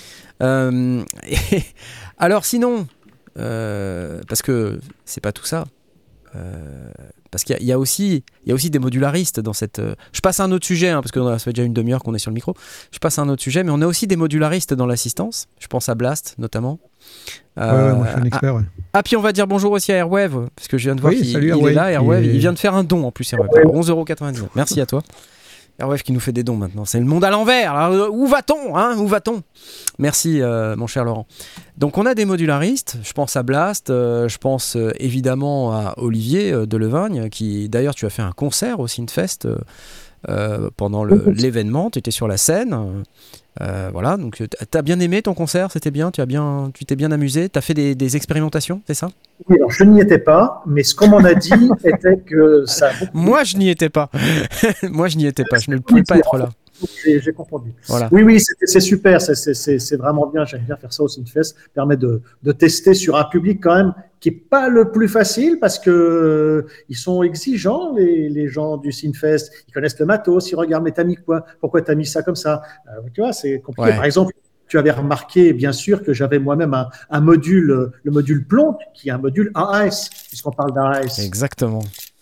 Alors sinon, parce que c'est pas tout ça. Parce qu'il y a aussi des modularistes dans cette... Je passe à un autre sujet, parce que ça fait déjà une demi-heure qu'on est sur le micro. Je passe à un autre sujet, mais on a aussi des modularistes dans l'assistance. Je pense à Blast, notamment. Moi, je suis un expert. Puis on va dire bonjour aussi à Airwave, parce que je viens de voir qu'il est là. Airwave, il vient de faire un don en plus, Airwave. 11,99 €. Merci à toi. Airwave qui nous fait des dons maintenant. C'est le monde à l'envers. Alors, où va-t-on, Où va-t-on? Merci, mon cher Laurent. Donc, on a des modularistes. Je pense à Blast. Je pense évidemment à Olivier Delevagne, qui, d'ailleurs, tu as fait un concert au Synthfest pendant l'événement. Tu étais sur la scène. Voilà. Donc, tu as bien aimé ton concert? C'était bien? Tu t'es bien amusé? Tu as fait des expérimentations, c'est ça? Oui, alors je n'y étais pas, mais ce qu'on m'en a dit était que ça... Moi, je n'y étais pas. Je ne pouvais pas être là. J'ai confondu. Voilà. Oui, c'est super, c'est vraiment bien. J'aime bien faire ça au Synfest. Permet de tester sur un public quand même qui est pas le plus facile parce que ils sont exigeants les gens du Synfest. Ils connaissent le matos, ils regardent mais t'as mis quoi? Pourquoi t'as mis ça comme ça? Tu vois, c'est compliqué. Ouais. Par exemple, tu avais remarqué bien sûr que j'avais moi-même un module, le module Plonk, qui est un module AAS, puisqu'on parle d'AAS. Exactement.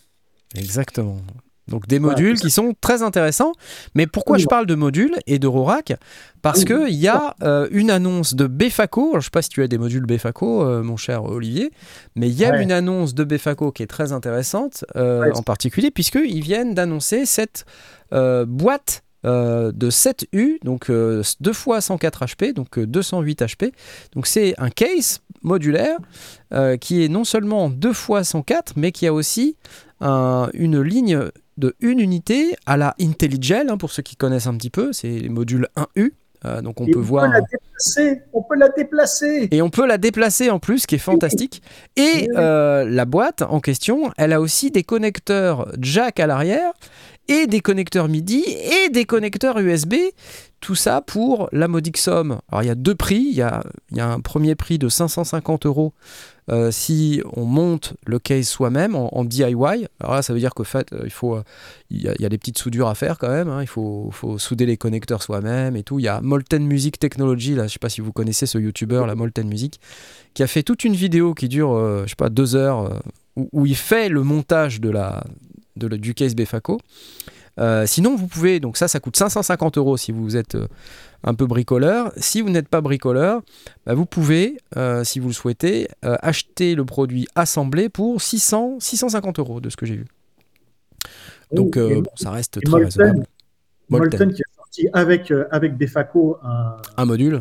Donc des modules qui sont très intéressants. Mais pourquoi je parle de modules et d'Eurorack? Parce qu'il y a une annonce de Befaco. Alors, je ne sais pas si tu as des modules Befaco, mon cher Olivier, mais il y a une annonce de Befaco qui est très intéressante, en particulier, puisqu'ils viennent d'annoncer cette boîte de 7U, donc 2 fois 104 HP, donc 208 HP. Donc c'est un case modulaire qui est non seulement 2 fois 104, mais qui a aussi une ligne de une unité à la IntelliGel, pour ceux qui connaissent un petit peu, c'est les modules 1U. Donc on peut voir. On peut la déplacer. Et on peut la déplacer en plus, ce qui est fantastique. Et la boîte en question, elle a aussi des connecteurs jack à l'arrière et des connecteurs MIDI et des connecteurs USB. Tout ça pour la modique somme. Alors il y a 2 prix. Il y a un premier prix de 550 € si on monte le case soi-même en DIY. Alors là, ça veut dire qu'en fait, il y a des petites soudures à faire quand même. Il faut souder les connecteurs soi-même et tout. Il y a Molten Music Technology, là, je ne sais pas si vous connaissez ce YouTuber, la Molten Music, qui a fait toute une vidéo qui dure, 2 heures, où il fait le montage du case Befaco. Sinon, vous pouvez, donc ça coûte 550 € si vous êtes un peu bricoleur. Si vous n'êtes pas bricoleur, vous pouvez, si vous le souhaitez, acheter le produit assemblé pour 650 € de ce que j'ai vu. Donc, ça reste très raisonnable. Molten qui est sorti avec Befaco un module.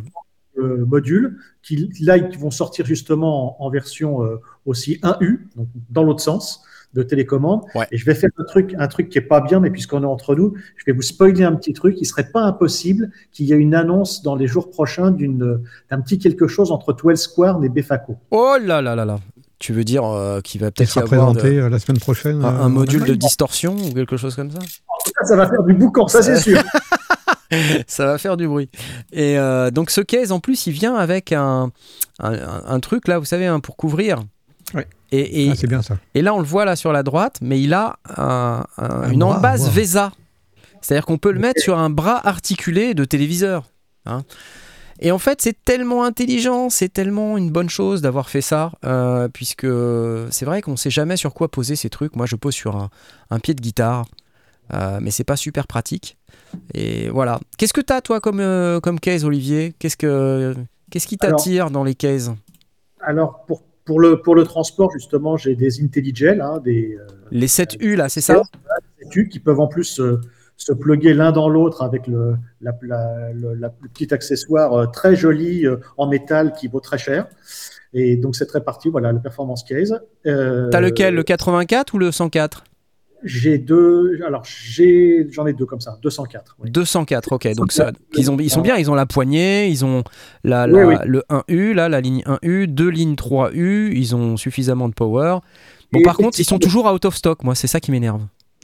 Qui vont sortir justement en version aussi 1U, donc dans l'autre sens de télécommande. Et je vais faire un truc qui est pas bien, mais puisqu'on est entre nous, je vais vous spoiler un petit truc. Il serait pas impossible qu'il y ait une annonce dans les jours prochains d'un petit quelque chose entre 12 Square et Befaco. Oh là là là là. Tu veux dire qu'il va peut-être y avoir présenté la semaine prochaine un module de distorsion ou quelque chose comme ça? En tout cas, ça va faire du boucan, ça c'est sûr. Ça va faire du bruit. Et donc ce case en plus il vient avec un truc là, vous savez, pour couvrir. Ouais. Et c'est bien ça. Et là on le voit là sur la droite, mais il a une embase VESA. C'est-à-dire qu'on peut le mettre sur un bras articulé de téléviseur. Et en fait, c'est tellement intelligent, c'est tellement une bonne chose d'avoir fait ça, puisque c'est vrai qu'on ne sait jamais sur quoi poser ces trucs. Moi, je pose sur un pied de guitare, mais c'est pas super pratique. Et voilà. Qu'est-ce que tu as, toi, comme case, Olivier? Qu'est-ce qui t'attire dans les cases? Alors, pour le transport, justement, j'ai des IntelliGel. Les 7U, là, c'est ça? Les 7U qui peuvent en plus se plugger l'un dans l'autre avec le petit accessoire très joli en métal qui vaut très cher. Et donc, c'est très parti. Voilà, le Performance Case. T'as lequel, le 84 ou le 104? J'ai deux. Alors, j'en ai deux comme ça. 204. Oui. 204, ok. Donc, ils sont bien. Ils ont la poignée, ils ont le 1U, là, la ligne 1U, 2 lignes 3U. Ils ont suffisamment de power. Bon, par contre, ils sont toujours out of stock. Moi, c'est ça qui m'énerve.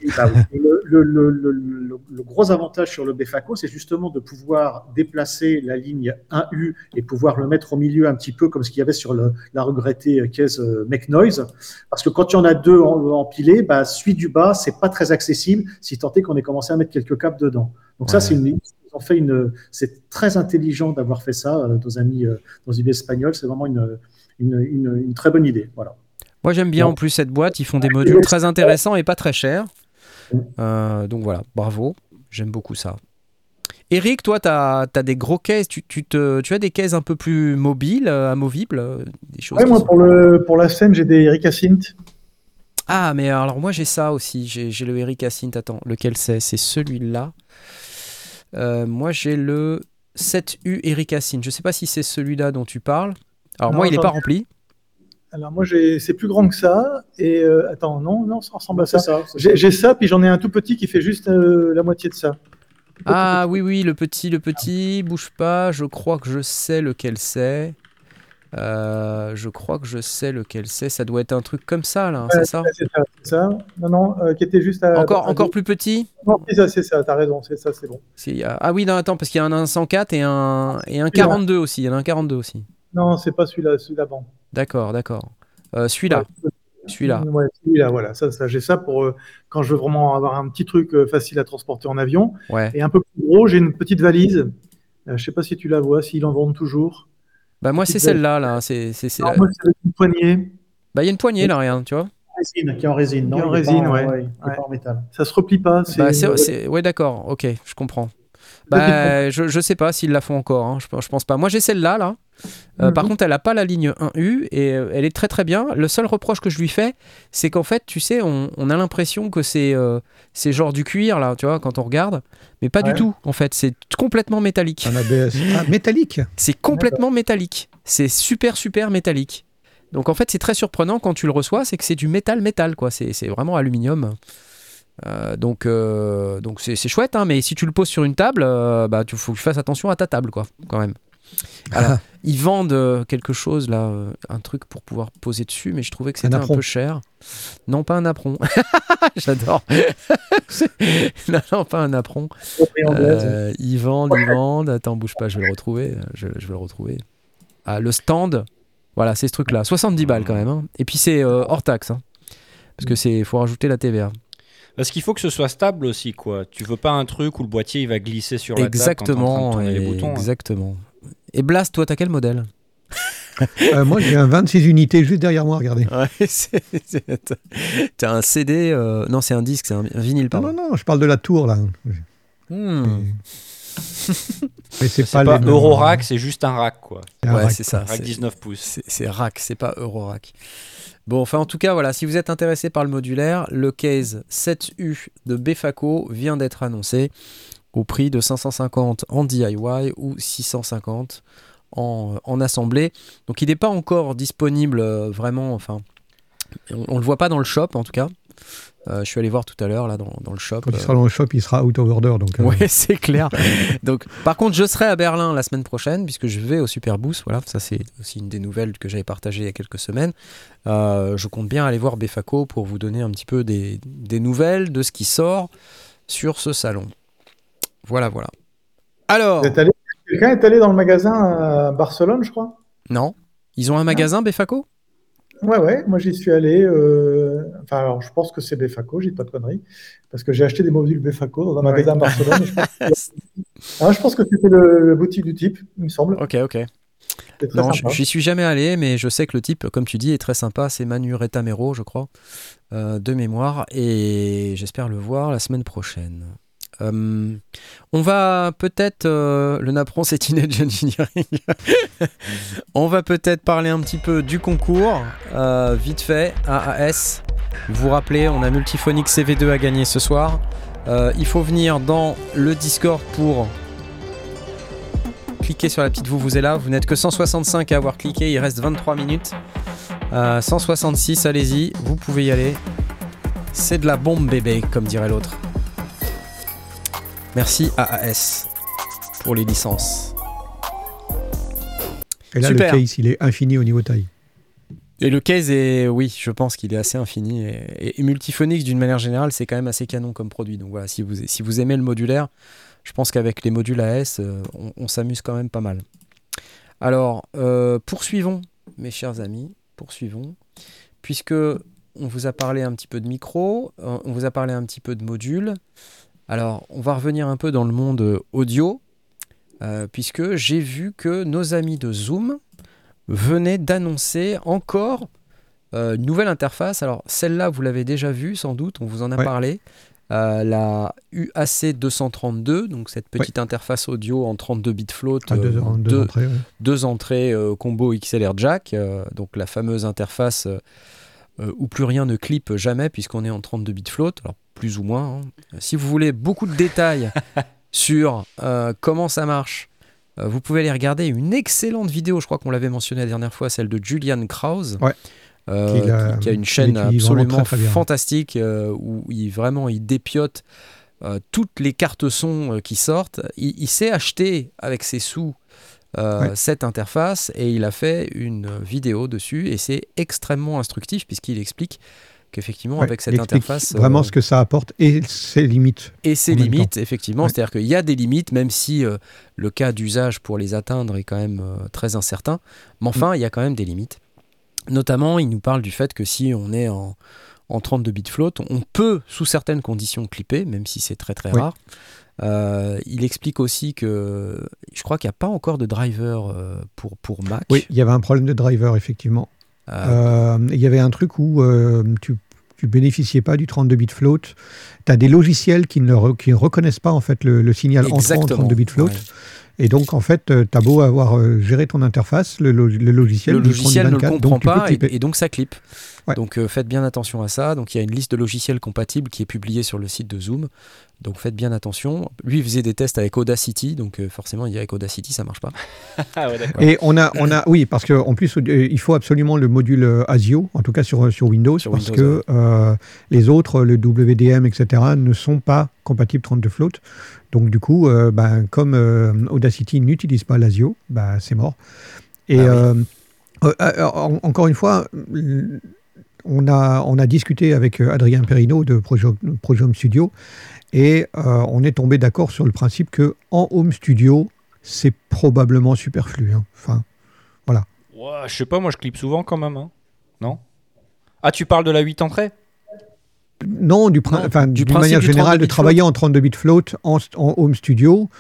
Le gros avantage sur le Befaco, c'est justement de pouvoir déplacer la ligne 1U et pouvoir le mettre au milieu un petit peu comme ce qu'il y avait sur la regrettée caisse Make Noise. Parce que quand il y en a deux empilés, celui du bas, c'est pas très accessible si tant est qu'on ait commencé à mettre quelques câbles dedans. Donc ça, c'est très intelligent d'avoir fait ça, nos amis espagnols. C'est vraiment une très bonne idée. Voilà. Moi, j'aime bien en plus cette boîte. Ils font des modules très intéressants et pas très chers. Donc voilà, bravo, j'aime beaucoup ça. Eric, toi, tu as des gros cases, tu as des cases un peu plus mobiles, amovibles, des choses. Ouais, moi, pour la scène, j'ai des Erika Synth. Ah, mais alors moi, j'ai ça aussi, j'ai le Erika Synth. Attends, lequel c'est celui-là. Moi, j'ai le 7U Erika Synth. Je sais pas si c'est celui-là dont tu parles. Alors moi, il n'est pas rempli. Alors moi, c'est plus grand que ça. Et attends, non, ça ressemble à ça. J'ai ça, puis j'en ai un tout petit qui fait juste la moitié de ça. Ah oui, le petit, bouge pas. Je crois que je sais lequel c'est. Je crois que je sais lequel c'est. Ça doit être un truc comme ça, là, c'est ça? C'est ça. Non, qui était juste à... Encore plus petit? Non, c'est ça, t'as raison, c'est ça, c'est bon. Ah oui, non, attends, parce qu'il y a un 104 et un 42 aussi. Il y en a un 42 aussi. Non, c'est pas celui-là d'avant. D'accord. Celui-là. Celui-là. Ouais, celui-là, voilà. Ça, j'ai ça pour quand je veux vraiment avoir un petit truc facile à transporter en avion. Ouais. Et un peu plus gros, j'ai une petite valise. Je sais pas si tu la vois, s'ils en vendent toujours. Bah moi, c'est celle-là, là. Moi, c'est avec une poignée. Bah, il y a une poignée, là, regarde, tu vois. Qui est en résine, non? Qui est en résine, il ouais. est pas en métal. Ça se replie pas. Ouais, d'accord. Ok, je comprends. Bah, je sais pas s'ils la font encore. Hein. Je pense pas. Moi, j'ai celle-là, là. Par contre, elle n'a pas la ligne 1U et elle est très très bien. Le seul reproche que je lui fais, c'est qu'en fait, tu sais, on a l'impression que c'est genre du cuir, là, tu vois, quand on regarde. Mais pas du tout, en fait. C'est complètement métallique. Un ABS. Ah, métallique. C'est complètement métallique. C'est super métallique. Donc en fait, c'est très surprenant quand tu le reçois, c'est que c'est du métal, quoi. C'est vraiment aluminium. Donc c'est chouette, hein, mais si tu le poses sur une table, bah, faut que tu fasses attention à ta table, quoi, quand même. Alors, ils vendent quelque chose là, un truc pour pouvoir poser dessus, mais je trouvais que c'était un peu cher. Non, pas un apron. J'adore. Non, pas un apron. Ils vendent. Attends, bouge pas, je vais le retrouver. Je vais le retrouver. Ah, le stand. Voilà, c'est ce truc-là. 70 balles quand même. Hein. Et puis c'est hors taxe. Hein, parce que faut rajouter la TVA. Parce qu'il faut que ce soit stable aussi, quoi. Tu veux pas un truc où le boîtier il va glisser sur la table quand t'es en train de tourner les boutons. Exactement. Et Blast, toi, t'as quel modèle? Moi, j'ai un 26 unités juste derrière moi, regardez. Ouais, t'as un CD. Non, c'est un disque, c'est un vinyle, pardon. Non, je parle de la tour, là. Mais c'est pas Eurorack, c'est juste un rack, quoi. Ouais, c'est ça. Rack 19 pouces. C'est rack, c'est pas Eurorack. Bon, enfin, en tout cas, voilà, si vous êtes intéressé par le modulaire, le case 7U de Befaco vient d'être annoncé au prix de 550 en DIY ou 650 en assemblée. Donc, il n'est pas encore disponible vraiment, enfin, on le voit pas dans le shop, en tout cas. Je suis allé voir tout à l'heure là dans le shop. Quand il sera dans le shop, il sera out of order. Donc, ouais, c'est clair. Donc, par contre, je serai à Berlin la semaine prochaine puisque je vais au Superboost. Voilà, ça c'est aussi une des nouvelles que j'avais partagées il y a quelques semaines. Je compte bien aller voir Befaco pour vous donner un petit peu des nouvelles de ce qui sort sur ce salon. Voilà. Alors, quelqu'un est allé dans le magasin à Barcelone, je crois. Non, ils ont un magasin Befaco. Ouais, moi j'y suis allé. Alors, je pense que c'est Befaco, je dis pas de conneries, parce que j'ai acheté des modules Befaco dans un magasin à Barcelone. Je pense que c'était le boutique du type, il me semble. Ok. Non, j'y suis jamais allé, mais je sais que le type, comme tu dis, est très sympa. C'est Manu Retamero, je crois, de mémoire, et j'espère le voir la semaine prochaine. On va peut-être le Napron c'est Teenage Engineering. On va peut-être parler un petit peu du concours vite fait. AAS, vous vous rappelez, on a Multiphonic CV2 à gagner ce soir. Il faut venir dans le Discord pour cliquer sur la petite vous êtes là. Vous n'êtes que 165 à avoir cliqué, il reste 23 minutes. 166, allez-y, vous pouvez y aller. C'est de la bombe bébé, comme dirait l'autre. Merci AAS pour les licences. Et là, super. Le case, il est infini au niveau taille. Et le case est, oui, je pense qu'il est assez infini. Et Multiphonics, d'une manière générale, c'est quand même assez canon comme produit. Donc voilà, si vous aimez le modulaire, je pense qu'avec les modules AAS, on s'amuse quand même pas mal. Alors, poursuivons, mes chers amis, puisque on vous a parlé un petit peu de micro, on vous a parlé un petit peu de modules. Alors, on va revenir un peu dans le monde audio, puisque j'ai vu que nos amis de Zoom venaient d'annoncer encore une nouvelle interface. Alors, celle-là, vous l'avez déjà vue, sans doute, on vous en a parlé. La UAC 232, donc cette petite interface audio en 32 bits float, deux entrées combo XLR jack, donc la fameuse interface où plus rien ne clippe jamais, puisqu'on est en 32 bits float. Alors, plus ou moins. Hein. Si vous voulez beaucoup de détails sur comment ça marche, vous pouvez aller regarder une excellente vidéo, je crois qu'on l'avait mentionné la dernière fois, celle de Julian Krause, qui a une chaîne absolument fantastique où il dépiote toutes les cartes son qui sortent. Il s'est acheté avec ses sous cette interface et il a fait une vidéo dessus et c'est extrêmement instructif puisqu'il explique qu'effectivement avec cette interface vraiment ce que ça apporte et ses limites effectivement, c'est-à-dire qu'il y a des limites même si le cas d'usage pour les atteindre est quand même très incertain, mais enfin il y a quand même des limites. Notamment il nous parle du fait que si on est en 32 bits float, on peut sous certaines conditions clipper, même si c'est très très rare. Il explique aussi que je crois qu'il n'y a pas encore de driver pour Mac. Oui, il y avait un problème de driver, effectivement. Il y avait un truc où tu bénéficiais pas du 32 bits float. Tu as des logiciels qui ne reconnaissent pas en fait, le signal entrant en 32 bits float. Ouais. Et donc, en fait, tu as beau avoir géré ton interface, le logiciel ne le comprend pas et donc ça clip. Ouais. Donc, faites bien attention à ça. Donc, il y a une liste de logiciels compatibles qui est publiée sur le site de Zoom. Donc, faites bien attention. Lui, il faisait des tests avec Audacity. Donc, forcément, il dit avec Audacity, ça marche pas. Ah ouais, et on a, oui, parce qu'en plus, il faut absolument le module ASIO, en tout cas sur Windows, parce que les autres, le WDM, etc., ne sont pas compatibles 32 float. Donc, du coup, comme Audacity n'utilise pas l'ASIO, c'est mort. Et encore une fois, on a discuté avec Adrien Perrineau de Projet Home Studio et on est tombé d'accord sur le principe qu'en Home Studio, c'est probablement superflu. Hein. Enfin, voilà. Ouais, je sais pas, moi je clip souvent quand même. Hein. Non ? Ah, tu parles de la 8 entrées ? Non, d'une manière générale, de travailler en 32 bits float en Home Studio,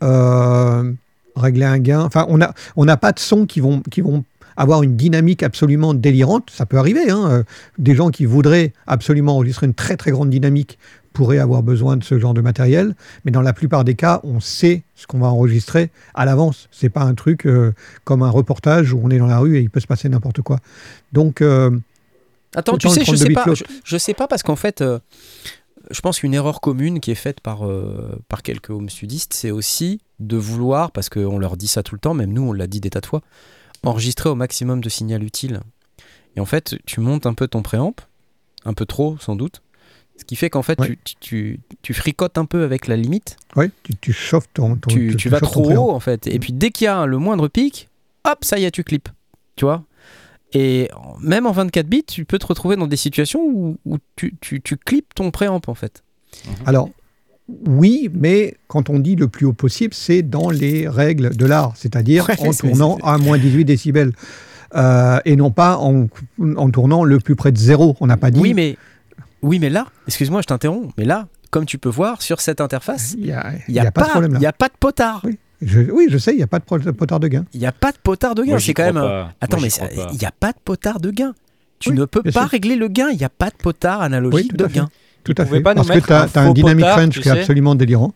régler un gain. Enfin, on n'a pas de sons qui vont avoir une dynamique absolument délirante. Ça peut arriver. Hein. Des gens qui voudraient absolument enregistrer une très très grande dynamique pourraient avoir besoin de ce genre de matériel. Mais dans la plupart des cas, on sait ce qu'on va enregistrer à l'avance. C'est pas un truc comme un reportage où on est dans la rue et il peut se passer n'importe quoi. Donc attends, tu sais, je sais pas parce qu'en fait, je pense qu'une erreur commune qui est faite par quelques home studistes, c'est aussi de vouloir, parce qu'on leur dit ça tout le temps, même nous on l'a dit des tas de fois, enregistrer au maximum de signal utile. Et en fait, tu montes un peu ton préamp, un peu trop sans doute, ce qui fait qu'en fait, tu fricotes un peu avec la limite. Oui, tu chauffes tu vas trop haut en fait. Et puis dès qu'il y a le moindre pic, hop, ça y est, tu clips. Tu vois ? Et même en 24 bits, tu peux te retrouver dans des situations où tu clips ton préamp en fait. Alors, oui, mais quand on dit le plus haut possible, c'est dans les règles de l'art, c'est-à-dire en tournant à moins 18 décibels. Et non pas en tournant le plus près de zéro. On n'a pas dit... Oui, mais là, excuse-moi, je t'interromps, mais là, comme tu peux voir, sur cette interface, il n'y a pas de problème là. Il n'y a pas de potard. Oui. Je sais, il n'y a pas de potard de gain. Il n'y a pas de potard de gain. Moi, c'est quand même. Attends, mais il n'y a pas de potard de gain. Tu ne peux pas régler le gain. Il n'y a pas de potard analogique de gain. Tout à fait. Parce que tu as un dynamic range qui est absolument délirant.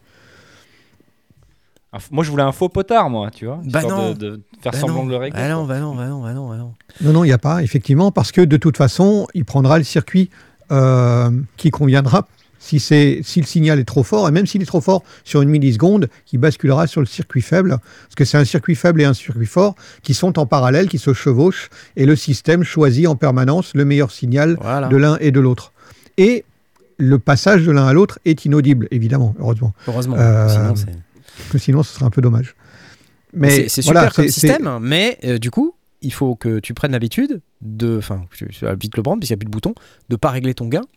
Moi, je voulais un faux potard, moi, tu vois. Non. De faire semblant de le régler. Non. Non, il n'y a pas, effectivement, parce que de toute façon, il prendra le circuit qui conviendra. Si le signal est trop fort, et même s'il est trop fort sur une milliseconde, il basculera sur le circuit faible, parce que c'est un circuit faible et un circuit fort qui sont en parallèle, qui se chevauchent, et le système choisit en permanence le meilleur signal de l'un et de l'autre. Et le passage de l'un à l'autre est inaudible, évidemment, heureusement. Sinon, ce serait un peu dommage. Mais c'est super comme système, mais du coup, il faut que tu prennes l'habitude tu vas vite le prendre, puisqu'il n'y a plus de bouton, de ne pas régler ton gain.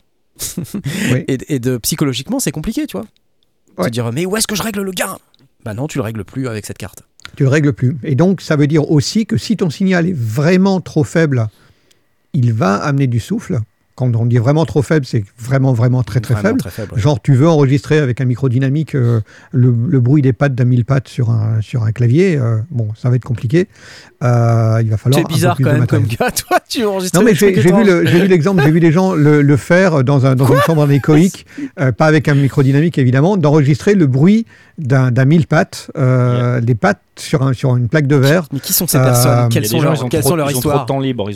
et psychologiquement c'est compliqué, tu vois. Te dire mais où est-ce que je règle le gain ? Bah non, tu le règles plus avec cette carte. Tu le règles plus. Et donc ça veut dire aussi que si ton signal est vraiment trop faible, il va amener du souffle. Quand on dit vraiment trop faible, c'est vraiment très faible. Très faible. Genre tu veux enregistrer avec un micro dynamique le bruit des pattes d'un 1000 pattes sur un clavier, ça va être compliqué. Il va falloir. C'est bizarre quand même comme gars, toi tu enregistres. Non mais j'ai vu l'exemple, j'ai vu les gens le faire dans une chambre anéchoïque, pas avec un micro dynamique évidemment, d'enregistrer le bruit d'un 1000 pattes, les pattes sur une plaque de verre. Mais qui sont ces personnes ? Quelles sont leur histoire ? Ils ont trop de temps libre.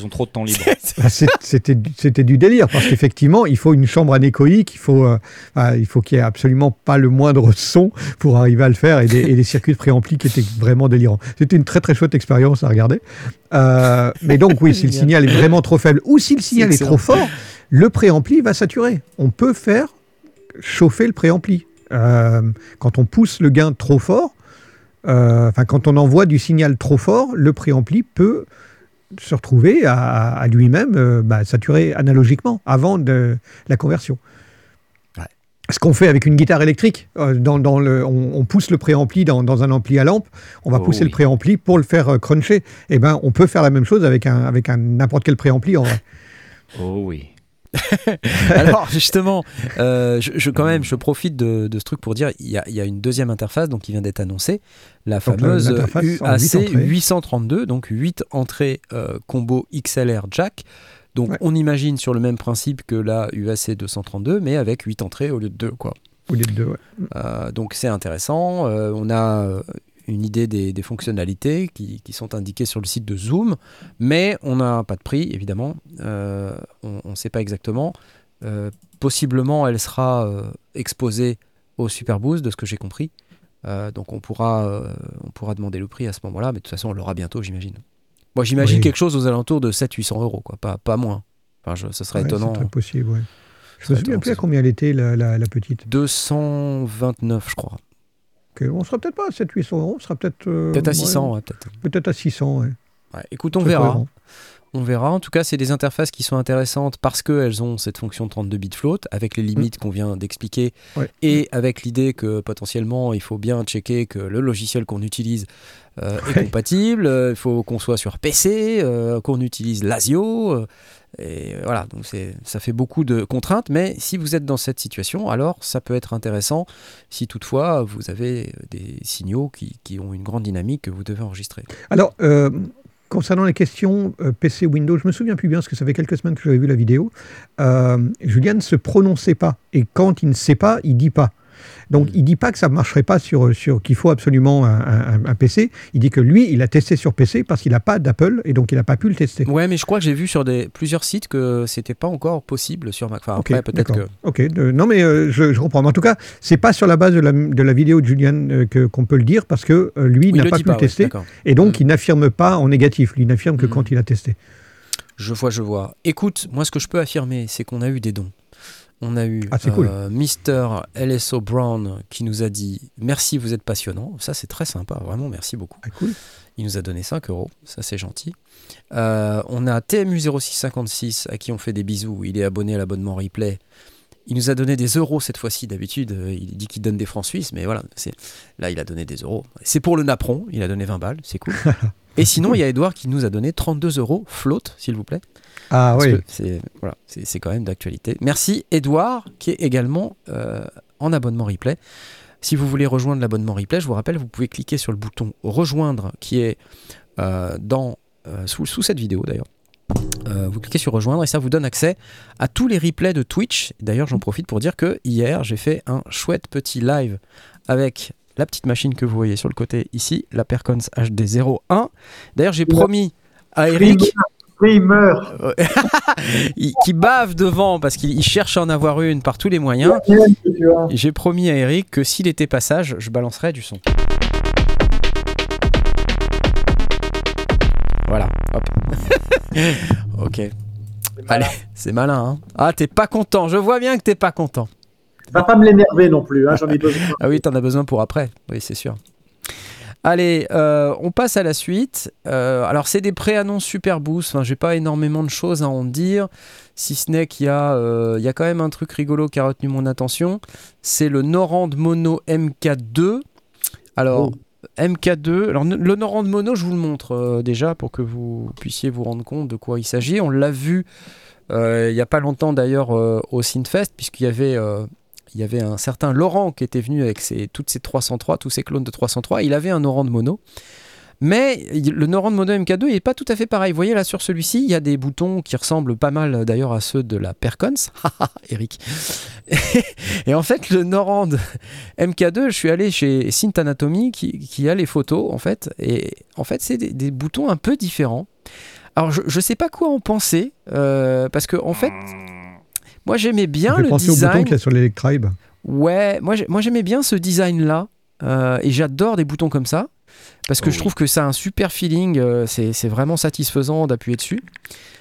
C'était du délire parce qu'effectivement, il faut une chambre anéchoïque, il faut qu'il n'y ait absolument pas le moindre son pour arriver à le faire et des circuits de préampli qui étaient vraiment délirants. C'était une très très chouette expérience à regarder. Mais donc oui, si le signal est vraiment trop faible ou si le signal est trop fort, le préampli va saturer. On peut faire chauffer le préampli. Quand on pousse le gain trop fort, quand on envoie du signal trop fort, le préampli peut se retrouver à lui-même saturé analogiquement avant de la conversion. Ouais. Ce qu'on fait avec une guitare électrique, on pousse le préampli dans un ampli à lampe, on va pousser le préampli pour le faire cruncher. Et on peut faire la même chose avec n'importe quel préampli en vrai. Oh oui. Alors justement, je profite de ce truc pour dire il y a une deuxième interface donc, qui vient d'être annoncée, la fameuse UAC 832, donc 8 entrées combo XLR jack. Donc on imagine sur le même principe que la UAC 232, mais avec 8 entrées au lieu de 2, quoi. Au lieu de 2, ouais. Donc c'est intéressant. On a une idée des fonctionnalités qui sont indiquées sur le site de Zoom, mais on n'a pas de prix, évidemment. On ne sait pas exactement. Possiblement, elle sera exposée au Superboost, de ce que j'ai compris. Donc on pourra demander le prix à ce moment-là, mais de toute façon, on l'aura bientôt, j'imagine. Moi, j'imagine quelque chose aux alentours de 700-800 €, quoi. Pas moins. Enfin, ce serait étonnant. C'est très possible, ouais. Je me souviens plus à combien elle était, la petite. 229, je crois. On sera peut-être pas à 700-800 €, on sera peut-être à 600, ouais, peut-être. Peut-être à 600, ouais. Ouais, écoute, on verra. Cohérent. On verra. En tout cas, c'est des interfaces qui sont intéressantes parce qu'elles ont cette fonction 32 bits float avec les limites qu'on vient d'expliquer et avec l'idée que potentiellement, il faut bien checker que le logiciel qu'on utilise est compatible. Il faut qu'on soit sur PC, qu'on utilise l'ASIO. Et voilà, donc ça fait beaucoup de contraintes, mais si vous êtes dans cette situation, alors ça peut être intéressant si toutefois vous avez des signaux qui ont une grande dynamique que vous devez enregistrer. Alors, concernant les questions PC Windows, je me souviens plus bien parce que ça fait quelques semaines que j'avais vu la vidéo. Julien ne se prononçait pas et quand il ne sait pas, il dit pas. Donc il dit pas que ça ne marcherait pas sur qu'il faut absolument un PC. Il dit que lui, il a testé sur PC parce qu'il n'a pas d'Apple et donc il n'a pas pu le tester. Ouais, mais je crois que j'ai vu sur plusieurs sites que c'était pas encore possible sur Mac. Enfin, après, peut-être que. Ok, non mais je comprends. Mais en tout cas, c'est pas sur la base de la vidéo de Julien qu'on peut le dire parce que lui n'a pas pu le tester et donc il n'affirme pas en négatif. Lui, il n'affirme que quand il a testé. Je vois. Écoute, moi ce que je peux affirmer, c'est qu'on a eu des dons. On a eu Mr. LSO Brown qui nous a dit « Merci, vous êtes passionnant ». Ça, c'est très sympa. Vraiment, merci beaucoup. Cool. Il nous a donné 5 €. Ça, c'est gentil. On a TMU0656 à qui on fait des bisous. Il est abonné à l'abonnement Replay. Il nous a donné des euros cette fois-ci. D'habitude, il dit qu'il donne des francs suisses. Mais voilà, là, il a donné des euros. C'est pour le napperon. Il a donné 20 balles. C'est cool. Et sinon, il y a Edouard qui nous a donné 32 € float, s'il vous plaît. Ah oui. C'est quand même d'actualité. Merci Edouard, qui est également en abonnement Replay. Si vous voulez rejoindre l'abonnement Replay, je vous rappelle, vous pouvez cliquer sur le bouton rejoindre qui est sous cette vidéo d'ailleurs. Vous cliquez sur rejoindre et ça vous donne accès à tous les replays de Twitch. D'ailleurs, j'en profite pour dire que hier, j'ai fait un chouette petit live avec la petite machine que vous voyez sur le côté ici, la Percons HD01. D'ailleurs, j'ai promis à Eric... Il meurt. qui bave devant parce qu'il cherche à en avoir une par tous les moyens. J'ai promis à Eric que s'il était pas sage, je balancerais du son. Voilà, hop. Ok. Allez, c'est malin, hein. Ah, t'es pas content. Je vois bien que t'es pas content. Va pas me l'énerver non plus, hein, j'en ai besoin. Ah oui, t'en as besoin pour après. Oui, c'est sûr. Allez, on passe à la suite. Alors, c'est des pré-annonces Superboost. Enfin, j'ai pas énormément de choses à en dire, si ce n'est qu'il y a quand même un truc rigolo qui a retenu mon attention. C'est le Norand Mono MK2. Alors, MK2. Alors, le Norand Mono, je vous le montre déjà pour que vous puissiez vous rendre compte de quoi il s'agit. On l'a vu il y a pas longtemps d'ailleurs au Synthfest, puisqu'il y avait... il y avait un certain Laurent qui était venu avec tous ses clones de 303. Il avait un Norand Mono. Mais le Norand Mono MK2 n'est pas tout à fait pareil. Vous voyez là sur celui-ci, il y a des boutons qui ressemblent pas mal d'ailleurs à ceux de la Percons. Eric. Et en fait, le Norand MK2, je suis allé chez Synth Anatomy qui a les photos en fait. Et en fait, c'est des boutons un peu différents. Alors, je ne sais pas quoi en penser. Parce que en fait... Moi, j'aimais bien le design. Au bouton qu'il y a sur l'Electribe. Ouais, moi j'aimais bien ce design-là. Et j'adore des boutons comme ça. Parce que je trouve que ça a un super feeling. C'est vraiment satisfaisant d'appuyer dessus.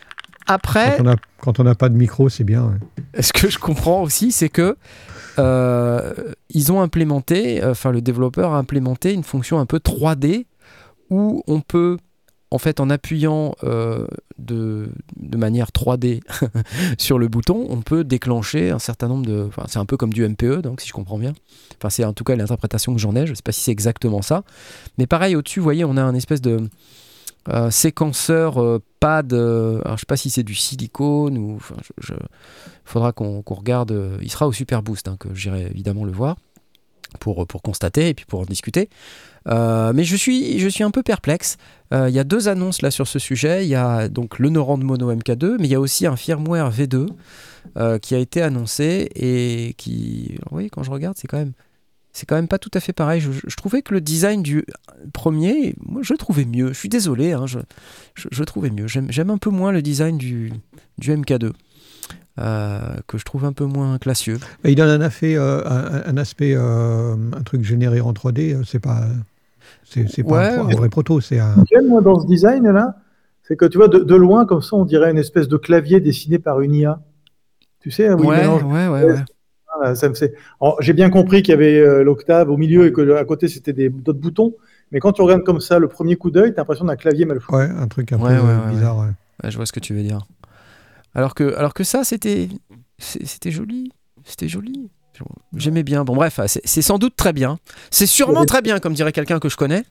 Après, quand on n'a pas de micro, c'est bien. Ouais. ce que je comprends aussi, c'est que ils ont implémenté, le développeur a implémenté une fonction un peu 3D où on peut, en fait, en appuyant de manière 3D sur le bouton, on peut déclencher un certain nombre de... Enfin, c'est un peu comme du MPE, donc si je comprends bien. Enfin, c'est en tout cas l'interprétation que j'en ai. Je ne sais pas si c'est exactement ça. Mais pareil, au-dessus, vous voyez, on a un espèce de séquenceur pad. Alors, je ne sais pas si c'est du silicone ou... Enfin, faudra qu'on regarde. Il sera au Super Boost, que j'irai évidemment le voir pour constater et puis pour en discuter. Mais je suis un peu perplexe. Il y a 2 annonces là sur ce sujet. Il y a donc le Norand Mono MK2, mais il y a aussi un firmware V2 qui a été annoncé et qui, oui, quand je regarde, c'est quand même pas tout à fait pareil. Je trouvais que le design du premier, moi je le trouvais mieux. Je suis désolé, je trouvais mieux. J'aime un peu moins le design du MK2. Que je trouve un peu moins classieux. Et il en a fait un aspect, un truc généré en 3D, c'est pas un vrai proto, c'est un... Ce que j'aime, moi, dans ce design-là, c'est que tu vois, de loin, comme ça, on dirait une espèce de clavier dessiné par une IA. Tu sais, où il mélange... Ouais. Voilà, Alors, j'ai bien compris qu'il y avait l'octave au milieu et qu'à côté, c'était d'autres boutons. Mais quand tu regardes comme ça, le premier coup d'œil, tu as l'impression d'un clavier mal foutu. Ouais, un truc un peu bizarre. Ouais, je vois ce que tu veux dire. Alors que ça, c'était joli. C'était joli. J'aimais bien. Bon, bref, c'est sans doute très bien. C'est sûrement très bien, comme dirait quelqu'un que je connais.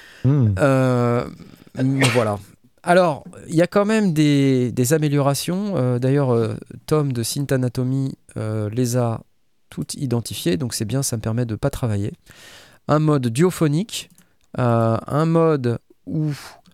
Voilà. Alors, il y a quand même des améliorations. D'ailleurs, Tom de Synth Anatomy les a toutes identifiées. Donc, c'est bien, ça me permet de ne pas travailler. Un mode duophonique. Un mode où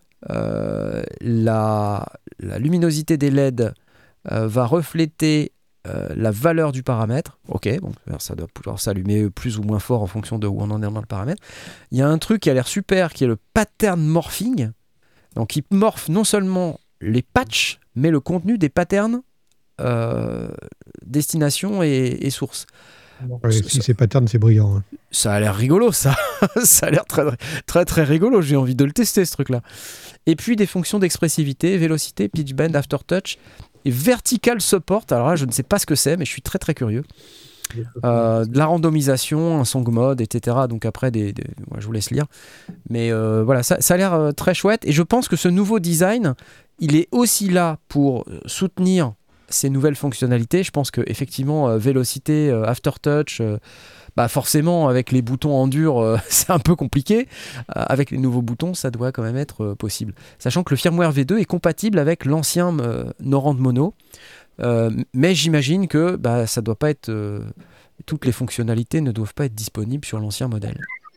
la luminosité des LED va refléter la valeur du paramètre. Ok, bon, ça doit pouvoir s'allumer plus ou moins fort en fonction de où on en est dans le paramètre. Il y a un truc qui a l'air super, qui est le pattern morphing. Donc il morphe non seulement les patchs, mais le contenu des patterns destination et source. Ouais, si c'est pattern, c'est brillant. Hein. Ça a l'air rigolo, ça. Ça a l'air très, très, très rigolo. J'ai envie de le tester, ce truc-là. Et puis des fonctions d'expressivité, vélocité, pitch bend, aftertouch et vertical support. Alors là, je ne sais pas ce que c'est, mais je suis très, très curieux. De la randomisation, un song mode, etc. Donc après, ouais, je vous laisse lire. Mais voilà, ça a l'air très chouette. Et je pense que ce nouveau design, il est aussi là pour soutenir ces nouvelles fonctionnalités. Je pense qu'effectivement, vélocité, aftertouch, forcément, avec les boutons en dur, c'est un peu compliqué. Avec les nouveaux boutons, ça doit quand même être possible. Sachant que le firmware V2 est compatible avec l'ancien Norand Mono. Mais j'imagine que ça doit pas être... toutes les fonctionnalités ne doivent pas être disponibles sur l'ancien modèle.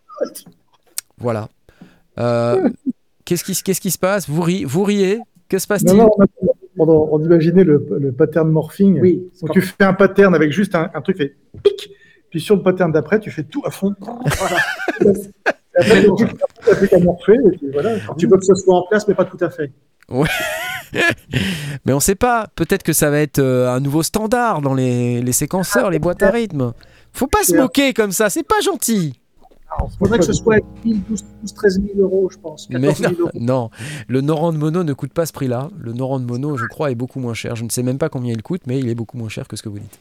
Voilà. Qu'est-ce qui se passe ? Vous riez ? Que se passe-t-il ? On imaginait le pattern morphing. Oui. Donc tu fais un pattern avec juste un truc fait pic, puis sur le pattern d'après, tu fais tout à fond. Voilà. Et après, tu n'as plus qu'à morpher. Et puis voilà. Tu veux que ce soit en place, mais pas tout à fait. Ouais. Mais on ne sait pas. Peut-être que ça va être un nouveau standard dans les séquenceurs, les boîtes à rythme. Faut pas se moquer comme ça, c'est pas gentil. Il faudrait que ce soit 12 13 000 euros, je pense. 14 000 euros. Non, le Norand Mono ne coûte pas ce prix-là. Le Norand Mono, je crois, est beaucoup moins cher. Je ne sais même pas combien il coûte, mais il est beaucoup moins cher que ce que vous dites.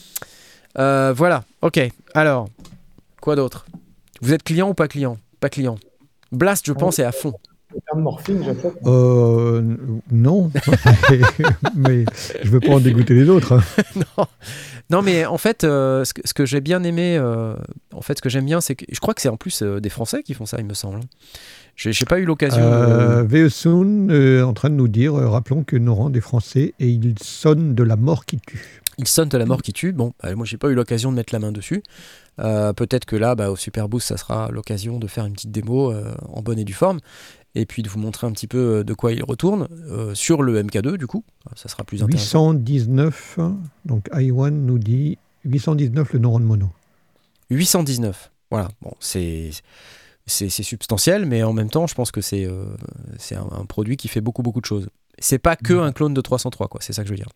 Voilà, ok. Alors, quoi d'autre ? Vous êtes client ou pas client ? Pas client. Blast, je pense, est à fond. Morphing, j'achète. Non, mais je veux pas en dégoûter les autres. Non, mais en fait, ce que j'ai bien aimé, ce que j'aime bien, c'est que je crois que c'est en plus des Français qui font ça, il me semble. J'ai pas eu l'occasion. Veosun en train de nous dire, rappelons que Norand est français et il sonne de la mort qui tue. Il sonne de la mort qui tue. Bon, moi j'ai pas eu l'occasion de mettre la main dessus. Peut-être que là, au Super Boost, ça sera l'occasion de faire une petite démo en bonne et due forme. Et puis de vous montrer un petit peu de quoi il retourne sur le MK2, du coup. Ça sera plus intéressant. 819, donc i1 nous dit 819 le Norand Mono. 819, voilà. Bon, c'est substantiel, mais en même temps, je pense que c'est un produit qui fait beaucoup, beaucoup de choses. C'est pas que un clone de 303, quoi. C'est ça que je veux dire.